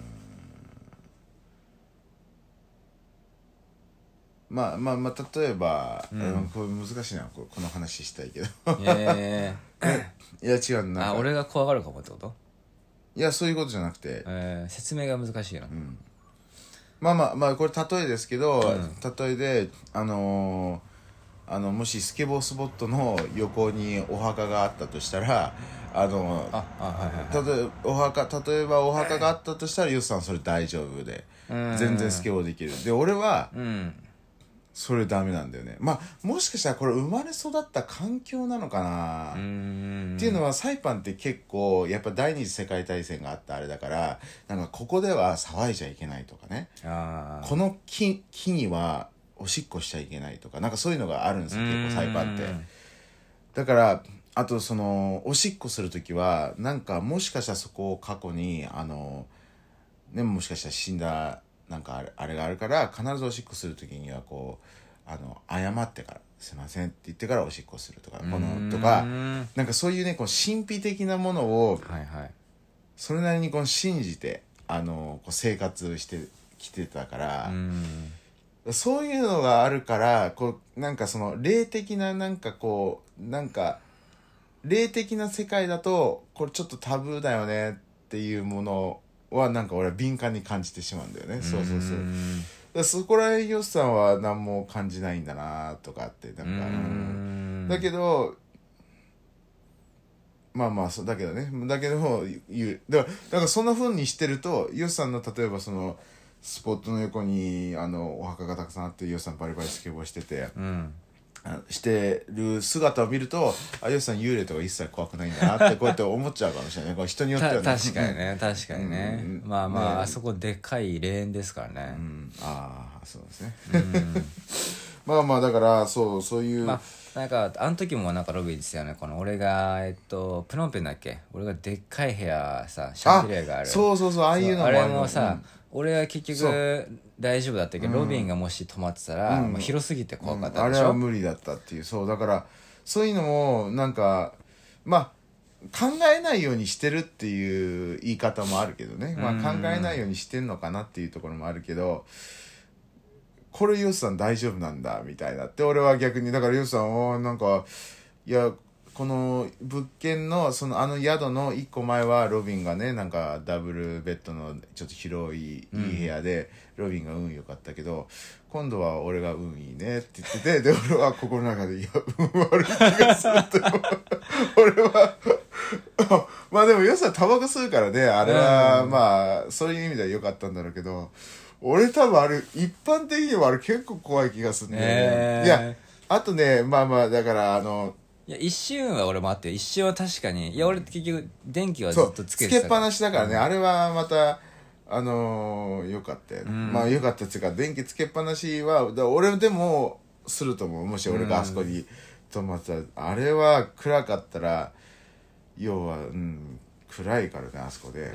Speaker 2: まあまあまあ例えば、うん、これ難しいなこの話したいけど
Speaker 1: えー、
Speaker 2: いや違うなんか
Speaker 1: あ俺が怖がるかもってこと？
Speaker 2: いやそういうことじゃなくて、
Speaker 1: えー、説明が難しいな、
Speaker 2: うん、まあまあまあこれ例えですけど、うん、例えであのー、あのもしスケボースポットの横にお墓があったとしたらあのああ、はいはいはい、例えお墓例えばお墓があったとしたらユウさんそれ大丈夫で全然スケボーできるで俺は、うんそれダメなんだよね。まあもしかしたらこれ生まれ育った環境なのかなっていうのはサイパンって結構やっぱ第二次世界大戦があったあれだからなんかここでは騒いじゃいけないとかねあこの 木, 木にはおしっこしちゃいけないとかなんかそういうのがあるんですよ結構サイパンってだからあとそのおしっこするときはなんかもしかしたらそこを過去にあのねもしかしたら死んだなんかあれ、あれがあるから必ずおしっこするときにはこうあの謝ってからすいませんって言ってからおしっこするとかこのとかなんかそういうねこう神秘的なものを、はいはい、それなりにこう信じてあのこう生活してきてたからそういうのがあるからこうなんかその霊的ななんかこうなんか霊的な世界だとこれちょっとタブーだよねっていうものはなんか俺は敏感に感じてしまうんだよね。そうそうそう。だそこら辺ヨシさんは何も感じないんだなとかってなんか、うん、だけどまあまあそうだけどねだけど言うだからだからそんな風にしてるとヨシさんの例えばそのスポットの横にあのお墓がたくさんあってヨシさんバリバリスケボーしてて。うんしてる姿を見るとあヨシさん幽霊とか一切怖くないんだなってこうやって思っちゃうかもしれないこれ人によってはね
Speaker 1: 確かにね確かにね、うん、まあまあ、ね、あそこでかい霊園ですからね、うん、
Speaker 2: ああそうですね、うん、まあまあだからそうそういう、ま
Speaker 1: あ、なんかあの時もなんかロビーですよねこの俺がえっとプノンペンだっけ俺がでっかい部屋さシャンデリアがある
Speaker 2: そうそうそうああいうのもあ
Speaker 1: るあれもさ、うん俺は結局大丈夫だったけど、うん、ロビンがもし泊まってたら、うん、もう広すぎて怖かったでしょ、うん、
Speaker 2: あれは無理だったっていうそうだからそういうのもなんかまあ考えないようにしてるっていう言い方もあるけどね、まあ、考えないようにしてんのかなっていうところもあるけどこれヨシさん大丈夫なんだみたいなって俺は逆にだからヨシさんはなんかいやこの物件のそのあの宿の一個前はロビンがねなんかダブルベッドのちょっと広いいい部屋で、うん、ロビンが運良かったけど今度は俺が運いいねって言っててで俺は心の中でいや運悪い気がするって俺はまあでもよさタバコ吸うからねあれは、うん、まあそういう意味では良かったんだろうけど俺多分あれ一般的にはあれ結構怖い気がするね、えー、いやあとねまあまあだからあの
Speaker 1: いや一瞬は俺もあって一瞬は確かにいや俺結局電気はずっとつけてた
Speaker 2: つけっぱなしだからね、うん、あれはまたあのー、よかったよね、うん、まあよかったっていうか電気つけっぱなしは俺でもすると思うもし俺があそこにとまたあれは暗かったら要は、うん、暗いからねあそこで、
Speaker 1: うん、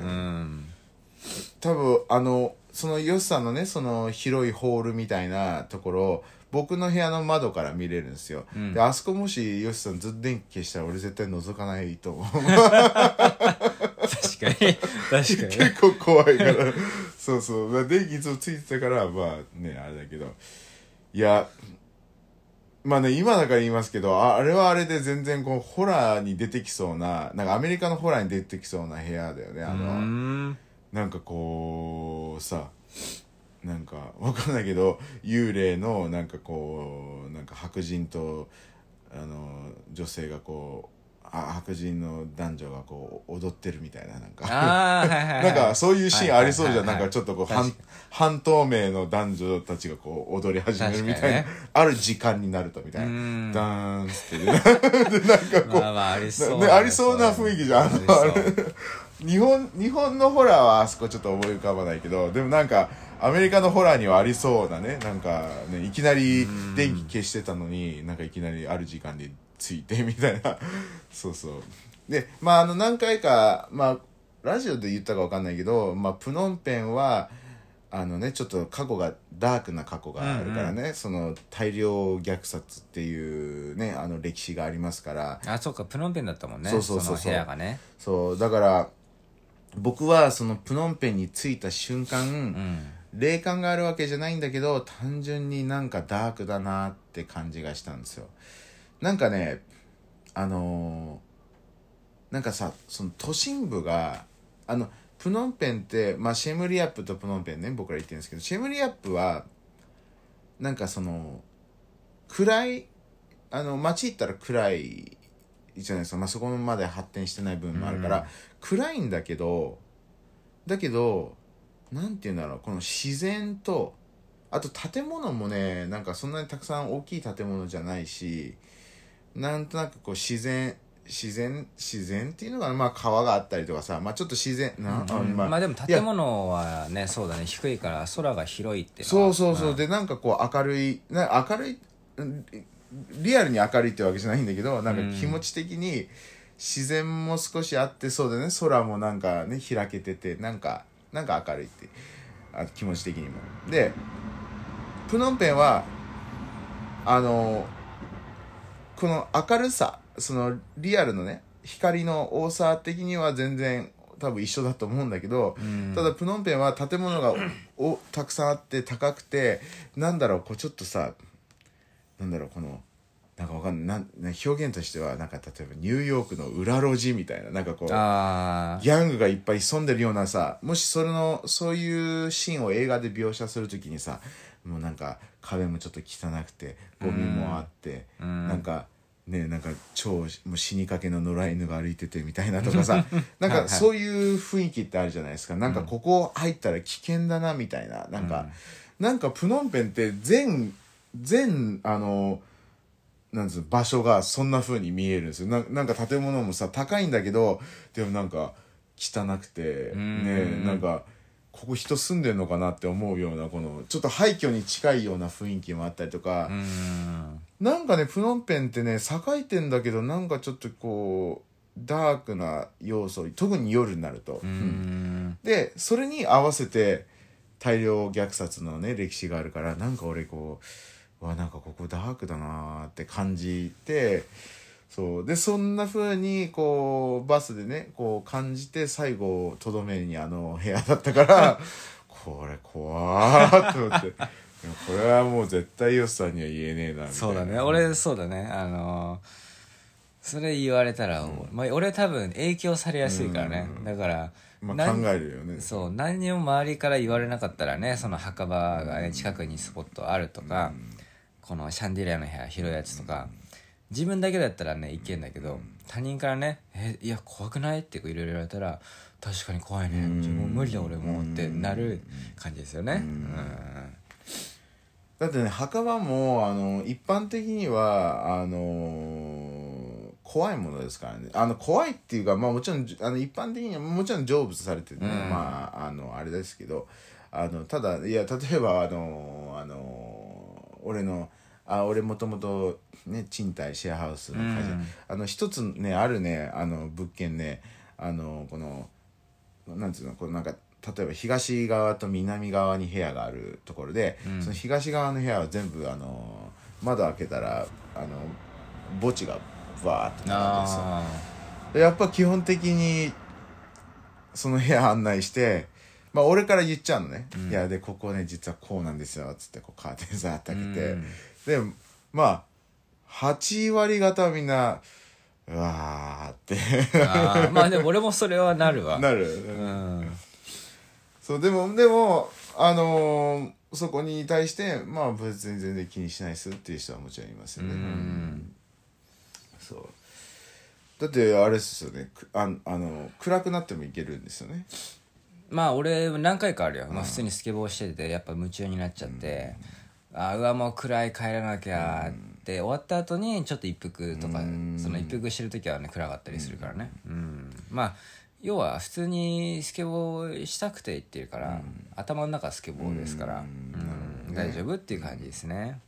Speaker 2: 多分あのそのヨシさんのねその広いホールみたいなところ僕の部屋の窓から見れるんですよ、うん、であそこもしヨシさんずっと電気消したら俺絶対覗かないと思う確
Speaker 1: かに確かに
Speaker 2: 結構怖いからそうそう電気いつもついてたからまあねあれだけどいやまあね今だから言いますけど あ, あれはあれで全然こうホラーに出てきそうななんかアメリカのホラーに出てきそうな部屋だよねあの
Speaker 1: うん
Speaker 2: なんかこうさなんかわかんないけど幽霊のなんかこうなんか白人とあの女性がこうあ白人の男女がこう踊ってるみたいななんか
Speaker 1: あー、はいはいはい、
Speaker 2: なんかそういうシーンありそうじゃん、
Speaker 1: はいはいはいはい、
Speaker 2: なんかちょっとこう半半透明の男女たちがこう踊り始めるみたいな、ね、ある時間になるとみたいなダーンスってでなんかこう、まあまあありそう、ね、ありそうな雰囲気じゃんあの日本日本のホラーはあそこちょっと思い浮かばないけどでもなんかアメリカのホラーにはありそうなねなんかねいきなり電気消してたのになんかいきなりある時間でついてみたいなそうそうでまああの何回かまあラジオで言ったか分かんないけど、まあ、プノンペンはあのねちょっと過去がダークな過去があるからね、うんうん、その大量虐殺っていうねあの歴史がありますから
Speaker 1: あそうかプノンペンだったもんね
Speaker 2: そうそうそうそう
Speaker 1: その部屋がね
Speaker 2: そうだから僕はそのプノンペンに着いた瞬間、うん霊感があるわけじゃないんだけど単純になんかダークだなって感じがしたんですよなんかねあのー、なんかさその都心部があのプノンペンってまあシェムリアップとプノンペンね僕ら言ってるんですけどシェムリアップはなんかその暗いあの街行ったら暗いじゃないですか、まあ、そこまで発展してない部分もあるから、うん、暗いんだけどだけどなんていうんだろうこの自然とあと建物もねなんかそんなにたくさん大きい建物じゃないしなんとなくこう自然自然自然っていうのがまあ川があったりとかさまあちょっと自然な、
Speaker 1: うんうん、まあ、まあでも建物はねそうだね低いから空が広いっていう
Speaker 2: のはそうそうそう、うん、でなんかこう明るいな明るいリアルに明るいってわけじゃないんだけどなんか気持ち的に自然も少しあってそうだね空もなんかね開けててなんかなんか明るいってあ気持ち的にもでプノンペンはあのこの明るさそのリアルのね光の多さ的には全然多分一緒だと思うんだけど、うん、ただプノンペンは建物がおたくさんあって高くてなんだろうこうちょっとさなんだろうこのなんかわかんないな表現としてはなんか例えばニューヨークの裏路地みたいななんかこう
Speaker 1: あ
Speaker 2: ギャングがいっぱい潜んでるようなさもしそれのそういうシーンを映画で描写するときにさもうなんか壁もちょっと汚くてゴミもあって、うん、なんかねなんか超もう死にかけの野良犬が歩いててみたいなとかさなんかそういう雰囲気ってあるじゃないですかなんかここ入ったら危険だなみたいななんか、うん、なんかプノンペンって全全あのなんつう場所がそんな風に見えるんですよ な, なんか建物もさ高いんだけどでもなんか汚くてねなんかここ人住んでんのかなって思うようなこのちょっと廃墟に近いような雰囲気もあったりとかうんなんかねプノンペンってね栄えてんだけどなんかちょっとこうダークな要素特に夜になるとうん、でそれに合わせて大量虐殺のね歴史があるからなんか俺こうわなんかここダークだなって感じてそうでそんな風にこうバスでねこう感じて最後とどめにあの部屋だったからこれ怖ーって思ってこれはもう絶対ヨシさんには言えねえなみたいな
Speaker 1: そうだね俺そうだねあのー、それ言われたら、うんまあ、俺多分影響されやすいからね、うん、だから
Speaker 2: まあ、考えるよね
Speaker 1: そう何にも周りから言われなかったらねその墓場がね近くにスポットあるとか、うんこのシャンデリアの部屋広いやつとか自分だけだったらねいけんだけど他人からねえいや怖くないっていろいろ言われたら確かに怖いねもう無理だ俺もってなる感じですよねうん
Speaker 2: だってね墓場もあの一般的にはあの怖いものですからねあの怖いっていうかまあもちろんあの一般的にはもちろん成仏されてね、うん、まああのあれですけどあのただいや例えばあのあの俺のあ俺もともとね賃貸シェアハウスの会社、
Speaker 1: うん、
Speaker 2: あの一つねあるねあの物件ねあのこのなんていうのこのなんか例えば東側と南側に部屋があるところで、うん、その東側の部屋は全部あの窓開けたらあの墓地がバーって並んでるんですよ。やっぱ基本的にその部屋案内してまあ俺から言っちゃうのね、うん、いやでここね実はこうなんですよつってこうカーテンザーって開けて、うん、でまあはちわり方はみんなうわーって
Speaker 1: あまあでも俺もそれはなるわ
Speaker 2: なる、うん、そうでもでもあのー、そこに対してまあ別に全然気にしないですっていう人はもちろんいますよね。うん、うん、そうだってあれですよねああの暗くなってもいけるんですよね。
Speaker 1: まあ俺何回かあるよ、まあ、普通にスケボーしててやっぱ夢中になっちゃって、うん、あうわもう暗い帰らなきゃって、うん、終わった後にちょっと一服とか、うん、その一服してる時はね暗かったりするからね、うん、うん、まあ要は普通にスケボーしたくて行ってるから、うん、頭の中はスケボーですから、うんうん、大丈夫っていう感じですね。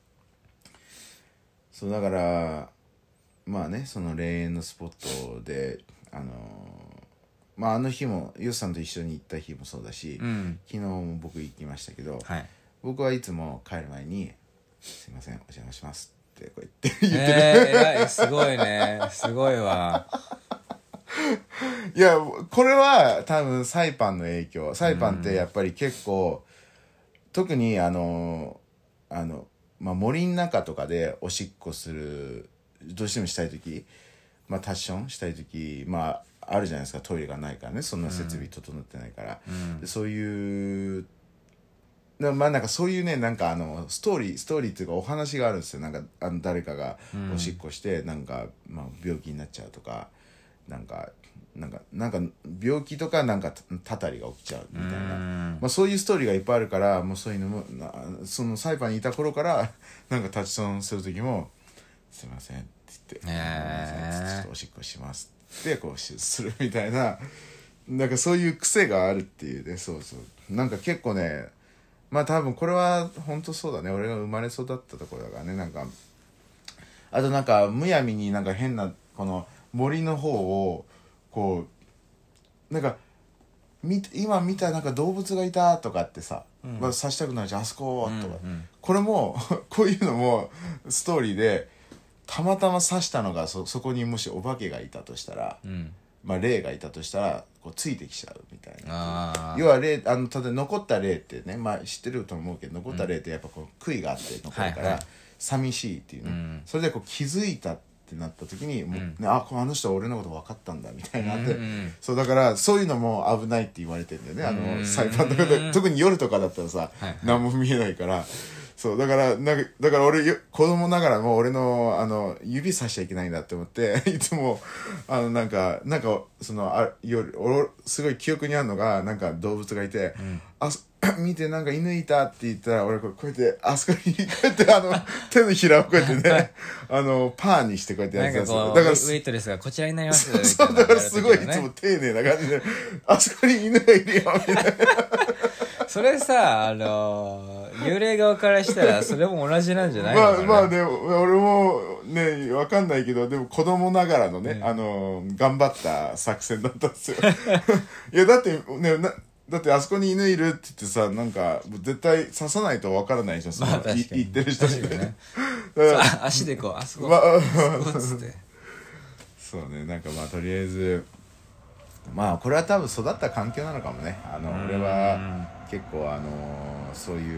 Speaker 2: そうだからまあねその霊園のスポットであのー、まああの日もヨスさんと一緒に行った日もそうだし、うん、昨日も僕行きましたけど、はい、僕はいつも帰る前にすいませんお邪魔しますってこう言って言ってる、
Speaker 1: えー、偉いすごいねすごいわ
Speaker 2: いやこれは多分サイパンの影響。サイパンってやっぱり結構、うん、特にあのあの、まあ、森の中とかでおしっこするどうしてもしたい時、まあ、タッションしたい時まああるじゃないですかトイレがないからねそんな設備整ってないから、うん、でそういうまあなんかそういうねなんかあのストーリーストーリーっていうかお話があるんですよ。なんかあの誰かがおしっこしてなんか、まあ、病気になっちゃうとかなんかなんかなんか病気とかなんかたたりが起きちゃうみたいな、まあ、そういうストーリーがいっぱいあるからもうそういうのもそのサイパンにいた頃からなんかタッチションする時もすいませんって言って、えー、ちょっとおしっこしますってこうするみたいななんかそういう癖があるっていうね。そうそうなんか結構ねまあ多分これは本当そうだね俺が生まれ育ったところだからね。なんかあとなんかむやみになんか変なこの森の方をこうなんかみ今見たなんか動物がいたとかってさ、うんまあ、刺したくなるじゃんあそことか、うんうん、これもこういうのもストーリーでたまたま刺したのが そ, そこにもしお化けがいたとしたら、うんまあ、霊がいたとしたらこうついてきちゃうみたいな。要は霊あのただ残った霊ってね、まあ、知ってると思うけど残った霊ってやっぱこう悔いがあって残るから、はいはい、寂しいっていうね、うん、それでこう気づいたってなった時にもう、うんね、ああの人は俺のこと分かったんだみたいなって、うんうん、そうだからそういうのも危ないって言われてるんだよねあの裁判とかで特に夜とかだったらさ、はいはい、何も見えないからそうだからなんかだから俺子供ながらも俺のあの指さしちゃいけないんだって思っていつもあのなんかなんかそのあ夜俺すごい記憶にあるのがなんか動物がいて、うん、あ見てなんか犬いたって言ったら俺こうやってあそこにこうやってあの手のひらをこうやってねあのパーにしてこうやってやってたんですよ。
Speaker 1: だからウェイトレスがこちらになります
Speaker 2: みたいな、ね、そうだからすごいいつも丁寧な感じであそこに犬がいるよみたいな
Speaker 1: それさあのー、幽霊側からしたらそれも同じなんじゃないのかな。
Speaker 2: まあまあでも俺もねわかんないけどでも子供ながらのね、ねあのー、頑張った作戦だったんですよいやだってねなだってあそこに犬いるって言ってさなんか絶対刺さないとわからないでしょその、まあ、言ってる人にね
Speaker 1: 足でこうあそこ、
Speaker 2: まあ、
Speaker 1: つって
Speaker 2: そうねなんかまあとりあえずまあこれは多分育った環境なのかもね。あの俺は結構あのそういう、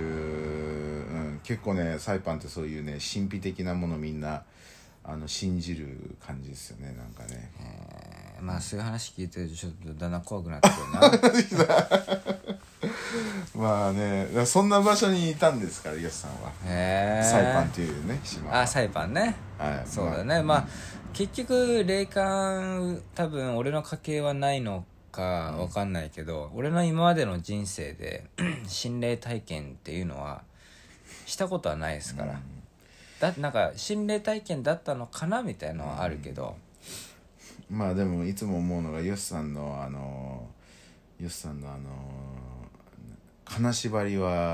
Speaker 2: うん、結構ねサイパンってそういうね神秘的なものみんなあの信じる感じですよねなんかね。
Speaker 1: えー、まあそういう話聞いてるとちょっとだんだん怖くなってくるな
Speaker 2: まあねそんな場所にいたんですからヨシさんは。へーサイパンっていうね島は。
Speaker 1: あサイパンね、はい、そうだね。まあ、まあ、結局霊感多分俺の家系はないのか分かんないけど、うん、俺の今までの人生で心霊体験っていうのはしたことはないですから、うん、だなんか心霊体験だったのかなみたいなのはあるけど、
Speaker 2: うん、まあでもいつも思うのがヨシさんのあのヨシさんのあの金縛りは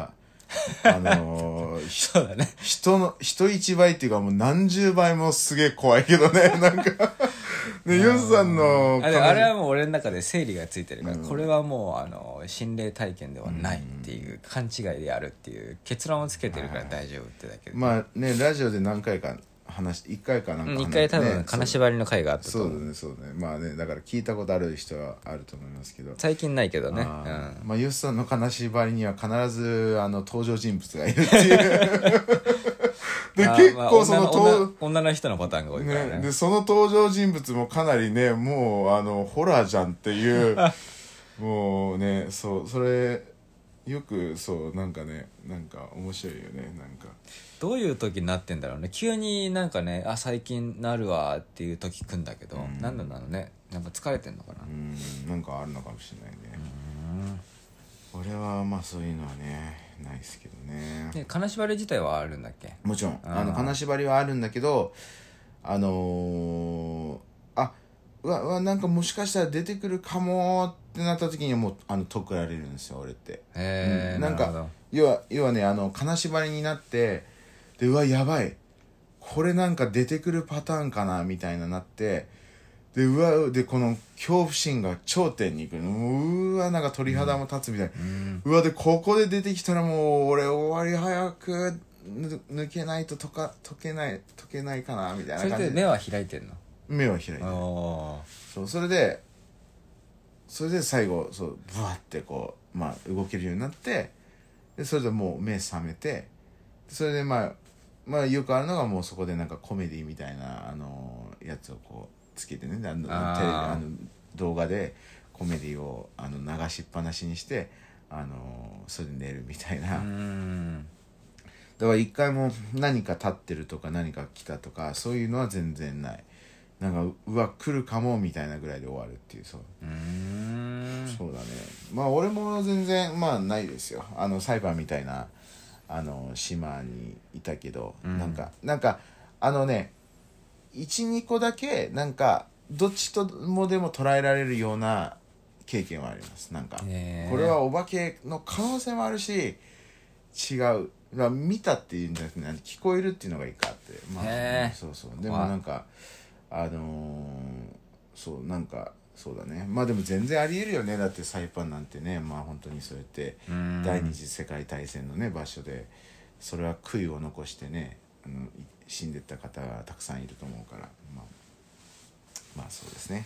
Speaker 2: あのー、
Speaker 1: そうだね。
Speaker 2: 人の人一倍っていうかもう何十倍もすげえ怖いけどねなんかねヨスさんの
Speaker 1: あれあれはもう俺の中で整理がついてるから、うん、これはもうあの心霊体験ではないっていう勘違いであるっていう結論をつけてるから大丈夫ってだけで、
Speaker 2: まあねラジオで何回か話いっかいかなんか話、ね、
Speaker 1: いっかい多分金縛りの回があったと思う。
Speaker 2: そうだねそうだねまあねだから聞いたことある人はあると思いますけど
Speaker 1: 最近ないけどね。
Speaker 2: あ、うん、まあヨスさんの金縛りには必ずあの登場人物がいるっていうで結構その、まあ、
Speaker 1: 女, の女の人のパターンが多いからね。
Speaker 2: ねでその登場人物もかなりねもうあのホラーじゃんっていうもうねそうそれよくそうなんかねなんか面白いよねなんか
Speaker 1: どういう時になってんだろうね。急になんかねあ最近なるわっていう時来んだけど、うん、なんなんだろうね。やっぱ疲れてんのかな。
Speaker 2: うんなんかあるのかもしれないね。うん俺はまあそういうのはねないですけどね。
Speaker 1: で金縛り自体はあるんだっけ。
Speaker 2: もちろんあの金縛りはあるんだけどあのー、あうわうわなんかもしかしたら出てくるかもってなった時にはもうあの解くられるんですよ俺って。
Speaker 1: へえ、うん、
Speaker 2: なんか要は要はねあの金縛りになってでうわやばいこれなんか出てくるパターンかなみたいななってでうわでこの恐怖心が頂点に行くのうわなんか鳥肌も立つみたいな、うん、うわでここで出てきたらもう俺終わり早く抜けないと解か解けない解けないかなみたいな感じで。
Speaker 1: それで目は開いてんの。
Speaker 2: 目は開いてる。そうそれでそれで最後そうブワッてこうまあ動けるようになってでそれでもう目覚めてそれでまあまあよくあるのがもうそこでなんかコメディみたいなあのやつをこうつけてねあのテレビあの動画でコメディをあの流しっぱなしにしてあのそれで寝るみたいな。うんだから一回も何か立ってるとか何か来たとかそういうのは全然ない。なんかうわ来るかもみたいなぐらいで終わるっていうそう。うーんそうだね。まあ俺も全然まあないですよ。あのサイバーみたいなあの島にいたけど、うん、なんかなんかあのね いち,に 個だけなんかどっちともでも捉えられるような経験はあります。なんかこれはお化けの可能性もあるし違う見たっていうんじゃなくて聞こえるっていうのがいいかって、まあ、そうそうでもなんかあのー、そうなんかそうだねまあでも全然ありえるよねだってサイパンなんてねまあ本当にそうやって第二次世界大戦のね場所でそれは悔いを残してねあの死んでった方がたくさんいると思うからまあまあそうですね。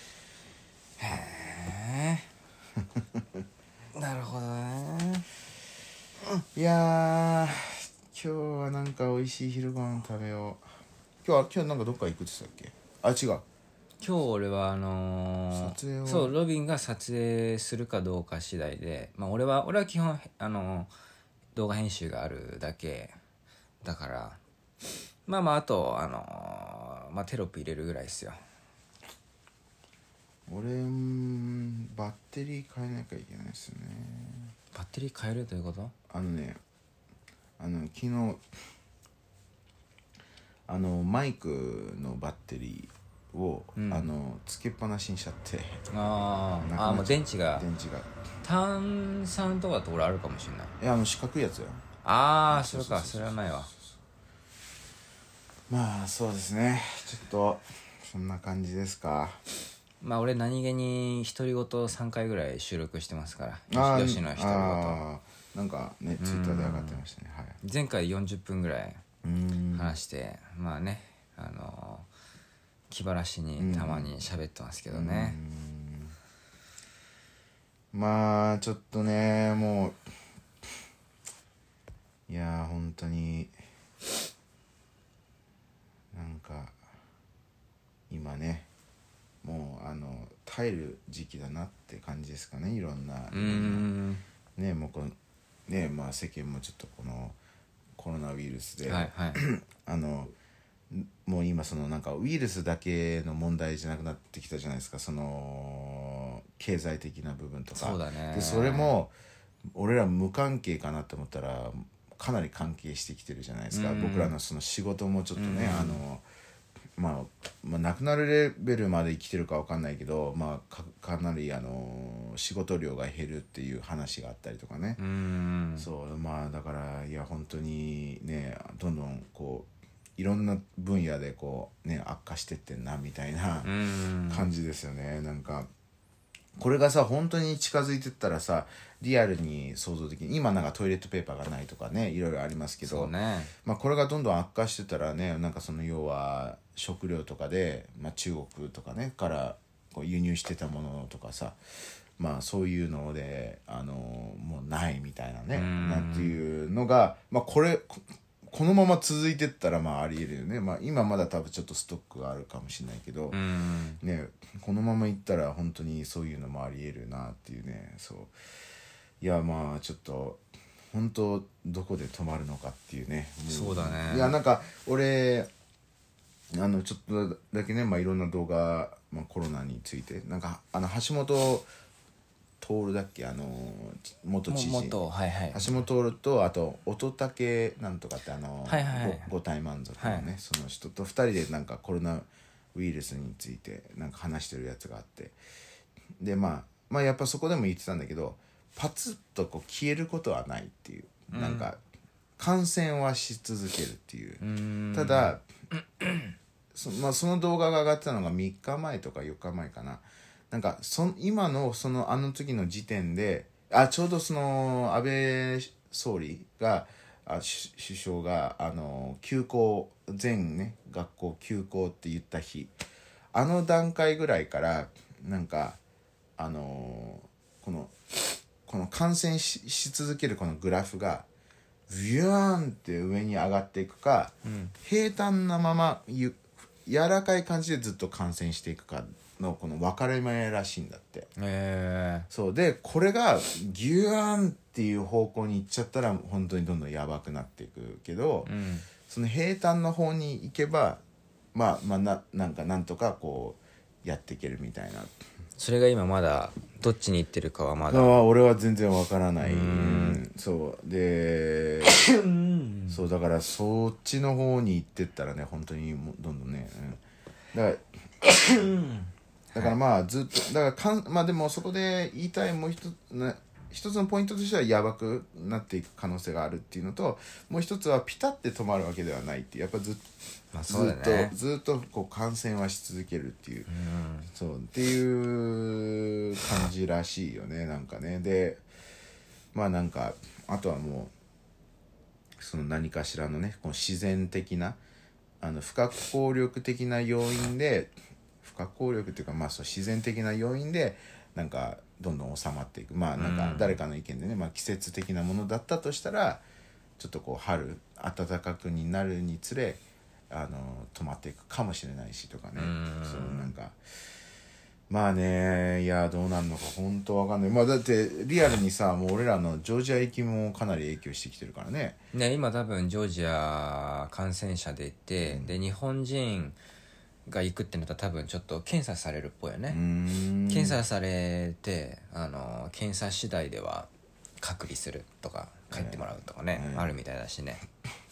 Speaker 1: へえなるほどね。
Speaker 2: いやー今日はなんか美味しい昼ご飯食べよう。今日は今日なんかどっか行くって言ってたっけ。あ違う
Speaker 1: 今日俺はあのー、撮影をそうロビンが撮影するかどうか次第でまあ俺は俺は基本あのー、動画編集があるだけだからまあまああとあのー、まあテロップ入れるぐらいですよ。
Speaker 2: 俺んバッテリー変えなきゃいけないですよね。
Speaker 1: バッテリー変えるということ？
Speaker 2: あのねあの昨日あのマイクのバッテリーを、うん、あのつけっぱなしにしちゃって
Speaker 1: ああもう電池が
Speaker 2: 電池が
Speaker 1: 炭酸とかと俺あるかもしれない。
Speaker 2: いやあの四角いやつよ。
Speaker 1: ああそれかそれはないわ。
Speaker 2: まあそうですねちょっとそんな感じですか。
Speaker 1: まあ俺何気に独り言さんかいぐらい収録してますからよしの独り言
Speaker 2: なんかねツイッターで上がってましたね、はい、
Speaker 1: 前回よんじゅっぷんぐらい話してまあねあの気晴らしにたまに喋ってますけどね。
Speaker 2: まあちょっとねもういや本当になんか今ねもうあの耐える時期だなって感じですかね。いろんなうんねもうこのねまあ世間もちょっとこのコロナウイルスで、はいはい、あのもう今そのなんかウイルスだけの問題じゃなくなってきたじゃないですか。その経済的な部分とか
Speaker 1: そうだね。
Speaker 2: でそれも俺ら無関係かなって思ったらかなり関係してきてるじゃないですか。僕らのその仕事もちょっとねあのまあ、まあ、 亡くなるレベルまで生きてるか分かんないけど、まあ、か, かなりあの仕事量が減るっていう話があったりとかね。
Speaker 1: うん
Speaker 2: そうまあだからいや本当にねどんどんこういろんな分野でこうね悪化してってんなみたいな感じですよね。なんかこれがさ本当に近づいてったらさリアルに想像的に今なんかトイレットペーパーがないとかねいろいろありますけど、
Speaker 1: そうね、
Speaker 2: まあ、これがどんどん悪化してたらねなんかその要は食料とかで、まあ、中国とかねからこう輸入してたものとかさまあそういうのであのもうないみたいなねなんていうのが、まあ、これこのまま続いてったらまあありえるよね。まあ今まだ多分ちょっとストックがあるかもしれないけど、ね、このままいったら本当にそういうのもありえるなっていうね。そういやまあちょっと本当どこで止まるのかっていうね。
Speaker 1: そうだね。
Speaker 2: いやなんか俺あのちょっとだけね、まあ、いろんな動画、まあ、コロナについてなんかあの橋本徹だっけあの元知事
Speaker 1: 元、はいはい、
Speaker 2: 橋本徹とあと乙武なんとかってあの、
Speaker 1: はいはいはい、
Speaker 2: 五体満足のね、はい、その人とふたりでなんかコロナウイルスについてなんか話してるやつがあってで、まあ、まあやっぱそこでも言ってたんだけどパツッとこう消えることはないっていう、うん、なんか感染はし続けるっていう、うん、ただそ, まあ、その動画が上がってたのがみっかまえとかよっかまえかな。なんかそ今のそのあの時の時点であちょうどその安倍総理があ首相があの休校全ね学校休校って言った日あの段階ぐらいからなんかあのこのこの感染 し, し続けるこのグラフがビューンって上に上がっていくか、うん、平坦なままゆ柔らかい感じでずっと感染していくかのこの分かれ目らしいんだって、えー、そうでこれがギューンっていう方向に行っちゃったら本当にどんどんやばくなっていくけど、うん、その平坦の方に行けばまあまあ な, なんかなんとかこうやっていけるみたいな。
Speaker 1: それが今まだどっちに行ってるかはまだ
Speaker 2: 俺は全然わからない。うん、そうでそうだからそっちの方に行ってったらね本当にもどんどんね、うん、だからだからまあずっとだからかんまあでもそこで言いたいもう一つ、ね、一つのポイントとしてはやばくなっていく可能性があるっていうのともう一つはピタって止まるわけではないっていうやっぱずっとまあそうだね、ずっとずっとこう感染はし続けるっていう、うん、そうっていう感じらしいよねなんかね。でまあなんかあとはもうその何かしらのねこの自然的なあの不可抗力的な要因で不可抗力っていうかまあそう自然的な要因でなんかどんどん収まっていくまあなんか誰かの意見でね、まあ、季節的なものだったとしたらちょっとこう春暖かくになるにつれあの止まっていくかもしれないしとかね。そうなんかまあねいやどうなるのか本当わかんない。まあだってリアルにさもう俺らのジョージア行きもかなり影響してきてるからね。
Speaker 1: ね今多分ジョージア感染者でいて、うん、で日本人が行くってなったら多分ちょっと検査されるっぽいよね。うーん検査されてあの検査次第では隔離するとか帰ってもらうとかね、えー、あるみたいだしね。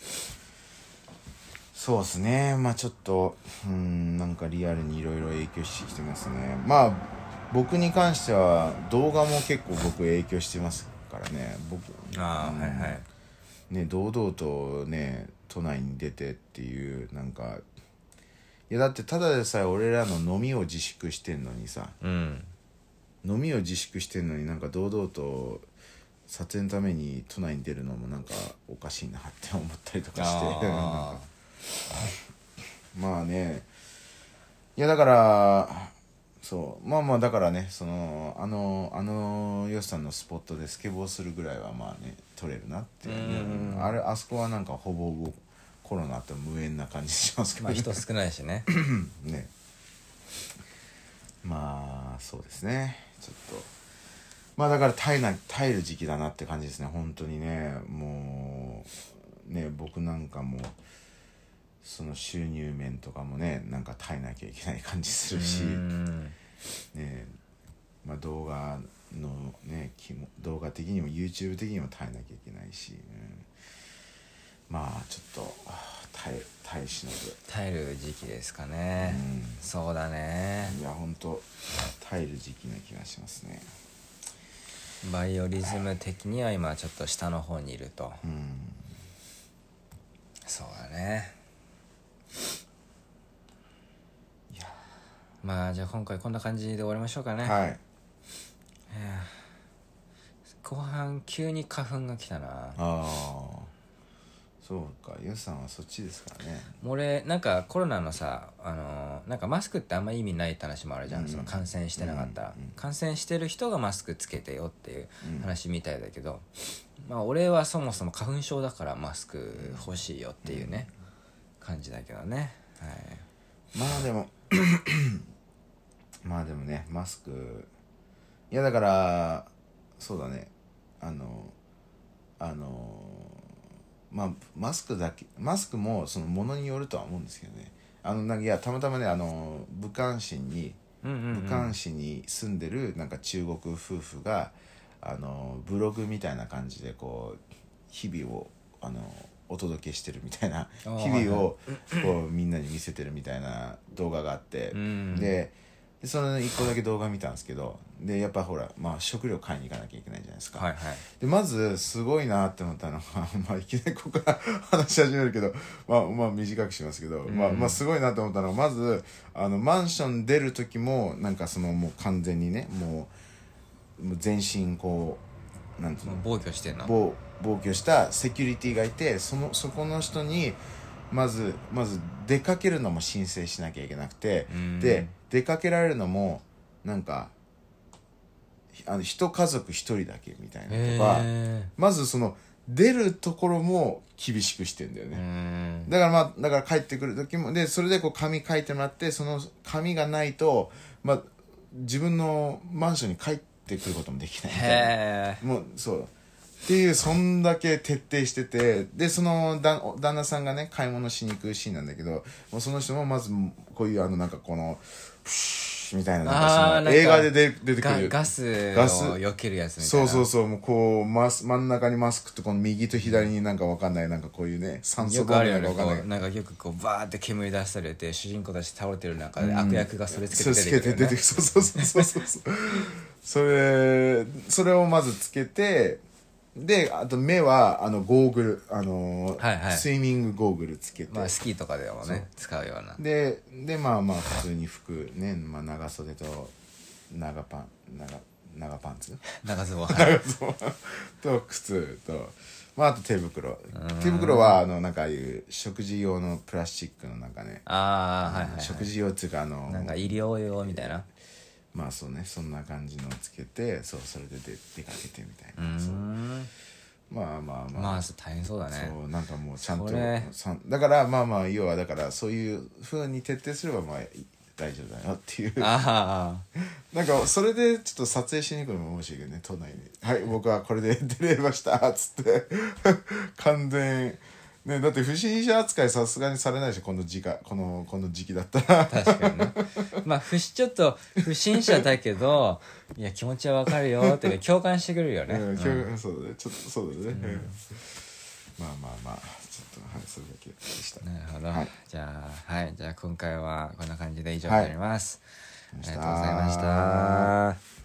Speaker 2: そうですねまあちょっとうんなんかリアルにいろいろ影響してきてますね。まあ僕に関しては動画も結構僕影響してますからね。僕あ、うん、はいはいね堂々とね都内に出てっていうなんかいやだってただでさえ俺らの飲みを自粛してんのにさ、うん、飲みを自粛してんのになんか堂々と撮影のために都内に出るのもなんかおかしいなって思ったりとかしてあまあねいやだからそうまあまあだからねそのあのあのヨシさんのスポットでスケボーするぐらいはまあね撮れるなっていう、ね、うんあれあそこはなんかほぼほぼコロナと無縁な感じしますけど、
Speaker 1: ね、まあ人少ないしね
Speaker 2: ねまあそうですねちょっとまあだから耐えな耐える時期だなって感じですね本当にね。もうね僕なんかもその収入面とかもねなんか耐えなきゃいけない感じするしねまあ動画のね動画的にも YouTube 的にも耐えなきゃいけないし、うん、まあちょっと耐え耐え忍ぶ
Speaker 1: 耐える時期ですかね、うん、そうだね。
Speaker 2: いやほんと耐える時期な気がしますね。
Speaker 1: バイオリズム的には今ちょっと下の方にいると、うん、そうだね。いやまあじゃあ今回こんな感じで終わりましょうかね。
Speaker 2: はい。いや
Speaker 1: 後半急に花粉が来たな。あ
Speaker 2: あそうか、ユウさんはそっちですからね。
Speaker 1: 俺なんかコロナのさ、あのー、なんかマスクってあんま意味ないって話もあるじゃん、うん、その感染してなかったら、うん、感染してる人がマスクつけてよっていう話みたいだけど、うん、まあ俺はそもそも花粉症だからマスク欲しいよっていうね、うん、感じだけどね、はい、
Speaker 2: まあでもまあでもねマスクいやだからそうだねあのあのまあマスクだけマスクもそのものによるとは思うんですけどね。あのなんかいやたまたまねあの武漢市に、うんうんうん、武漢市に住んでるなんか中国夫婦があのブログみたいな感じでこう日々をあのお届けしてるみたいな日々をこうみんなに見せてるみたいな動画があって、うん、ででそのいっこだけ動画見たんですけど、でやっぱほら、まあ、食料買いに行かなきゃいけないじゃないですか、はいはい、でまずすごいなって思ったのがまあいきなりここから話し始めるけど、まあ、まあ短くしますけど、うんまあ、まあすごいなって思ったのがまずあのマンション出る時もなんかそのもう完全にねもう、もう全身こうなんていうの
Speaker 1: 防御してんの
Speaker 2: 防防御したセキュリティがいて、そのそこの人にまずまず出かけるのも申請しなきゃいけなくて、で出かけられるのもなんかあの一家族一人だけみたいなとか、まずその出るところも厳しくしてんだよね。だからまあだから帰ってくる時もでそれでこう紙書いてもらって、その紙がないとまあ自分のマンションに帰ってくることもできないみたいな。もうそうっていうそんだけ徹底してて、でそのだ旦那さんがね買い物しに行くシーンなんだけど、もうその人もまずこういうあのなんかこのプシュみたいな、なんかその映画で出てくる
Speaker 1: ガスを避けるやつみたいな。
Speaker 2: そうそうそう、もうこうマス真ん中にマスクとこの右と左になんかわかんないなんかこういうね酸素ボンベなんかわかんない、
Speaker 1: なんかよくこうバーって煙出されて主人公たち倒れてる中で悪役がそれつけて出てくる、ね、うん、
Speaker 2: そうそうそうそうそうそれそれをまずつけて、であと目はあのゴーグル、あのーはいはい、スイミングゴーグルつけて、
Speaker 1: まあ、スキーとかでもね使うような
Speaker 2: ででまあまあ普通に服ね、まあ、長袖と長パン長長パンツ
Speaker 1: 長ズボン
Speaker 2: 長ズボンと靴と、まあ、あと手袋手袋はあのなんかああいう食事用のプラスチックのなんかね、
Speaker 1: ああはいはい、はい、
Speaker 2: 食事用っていうかあの
Speaker 1: なんか医療用みたいな、
Speaker 2: まあそうね、そんな感じのをつけて、そうそれで出出かけてみたいな、そうまあまあまあ
Speaker 1: まあ大変そうだね。
Speaker 2: そうなんかもうちゃんとだからまあまあ要はだからそういう風に徹底すればまあ大丈夫だよっていう、あなんかそれでちょっと撮影しに行くのも面白いけどね、都内にはい僕はこれで出れましたっつって完全ね、だって不審者扱いさすがにされないし、この時期このこの時期だったら
Speaker 1: 確かにねまあ不ちょっと不審者だけどいや気持ちはわかるよって共感してくれるよね、うん
Speaker 2: うん、そうだねちょっとそうだね、うん、まあまあまあちょっとはいそれだけでした。
Speaker 1: なるほど、はい、じゃあはいじゃあ今回はこんな感じで以上になります、はい、ありがとうございました。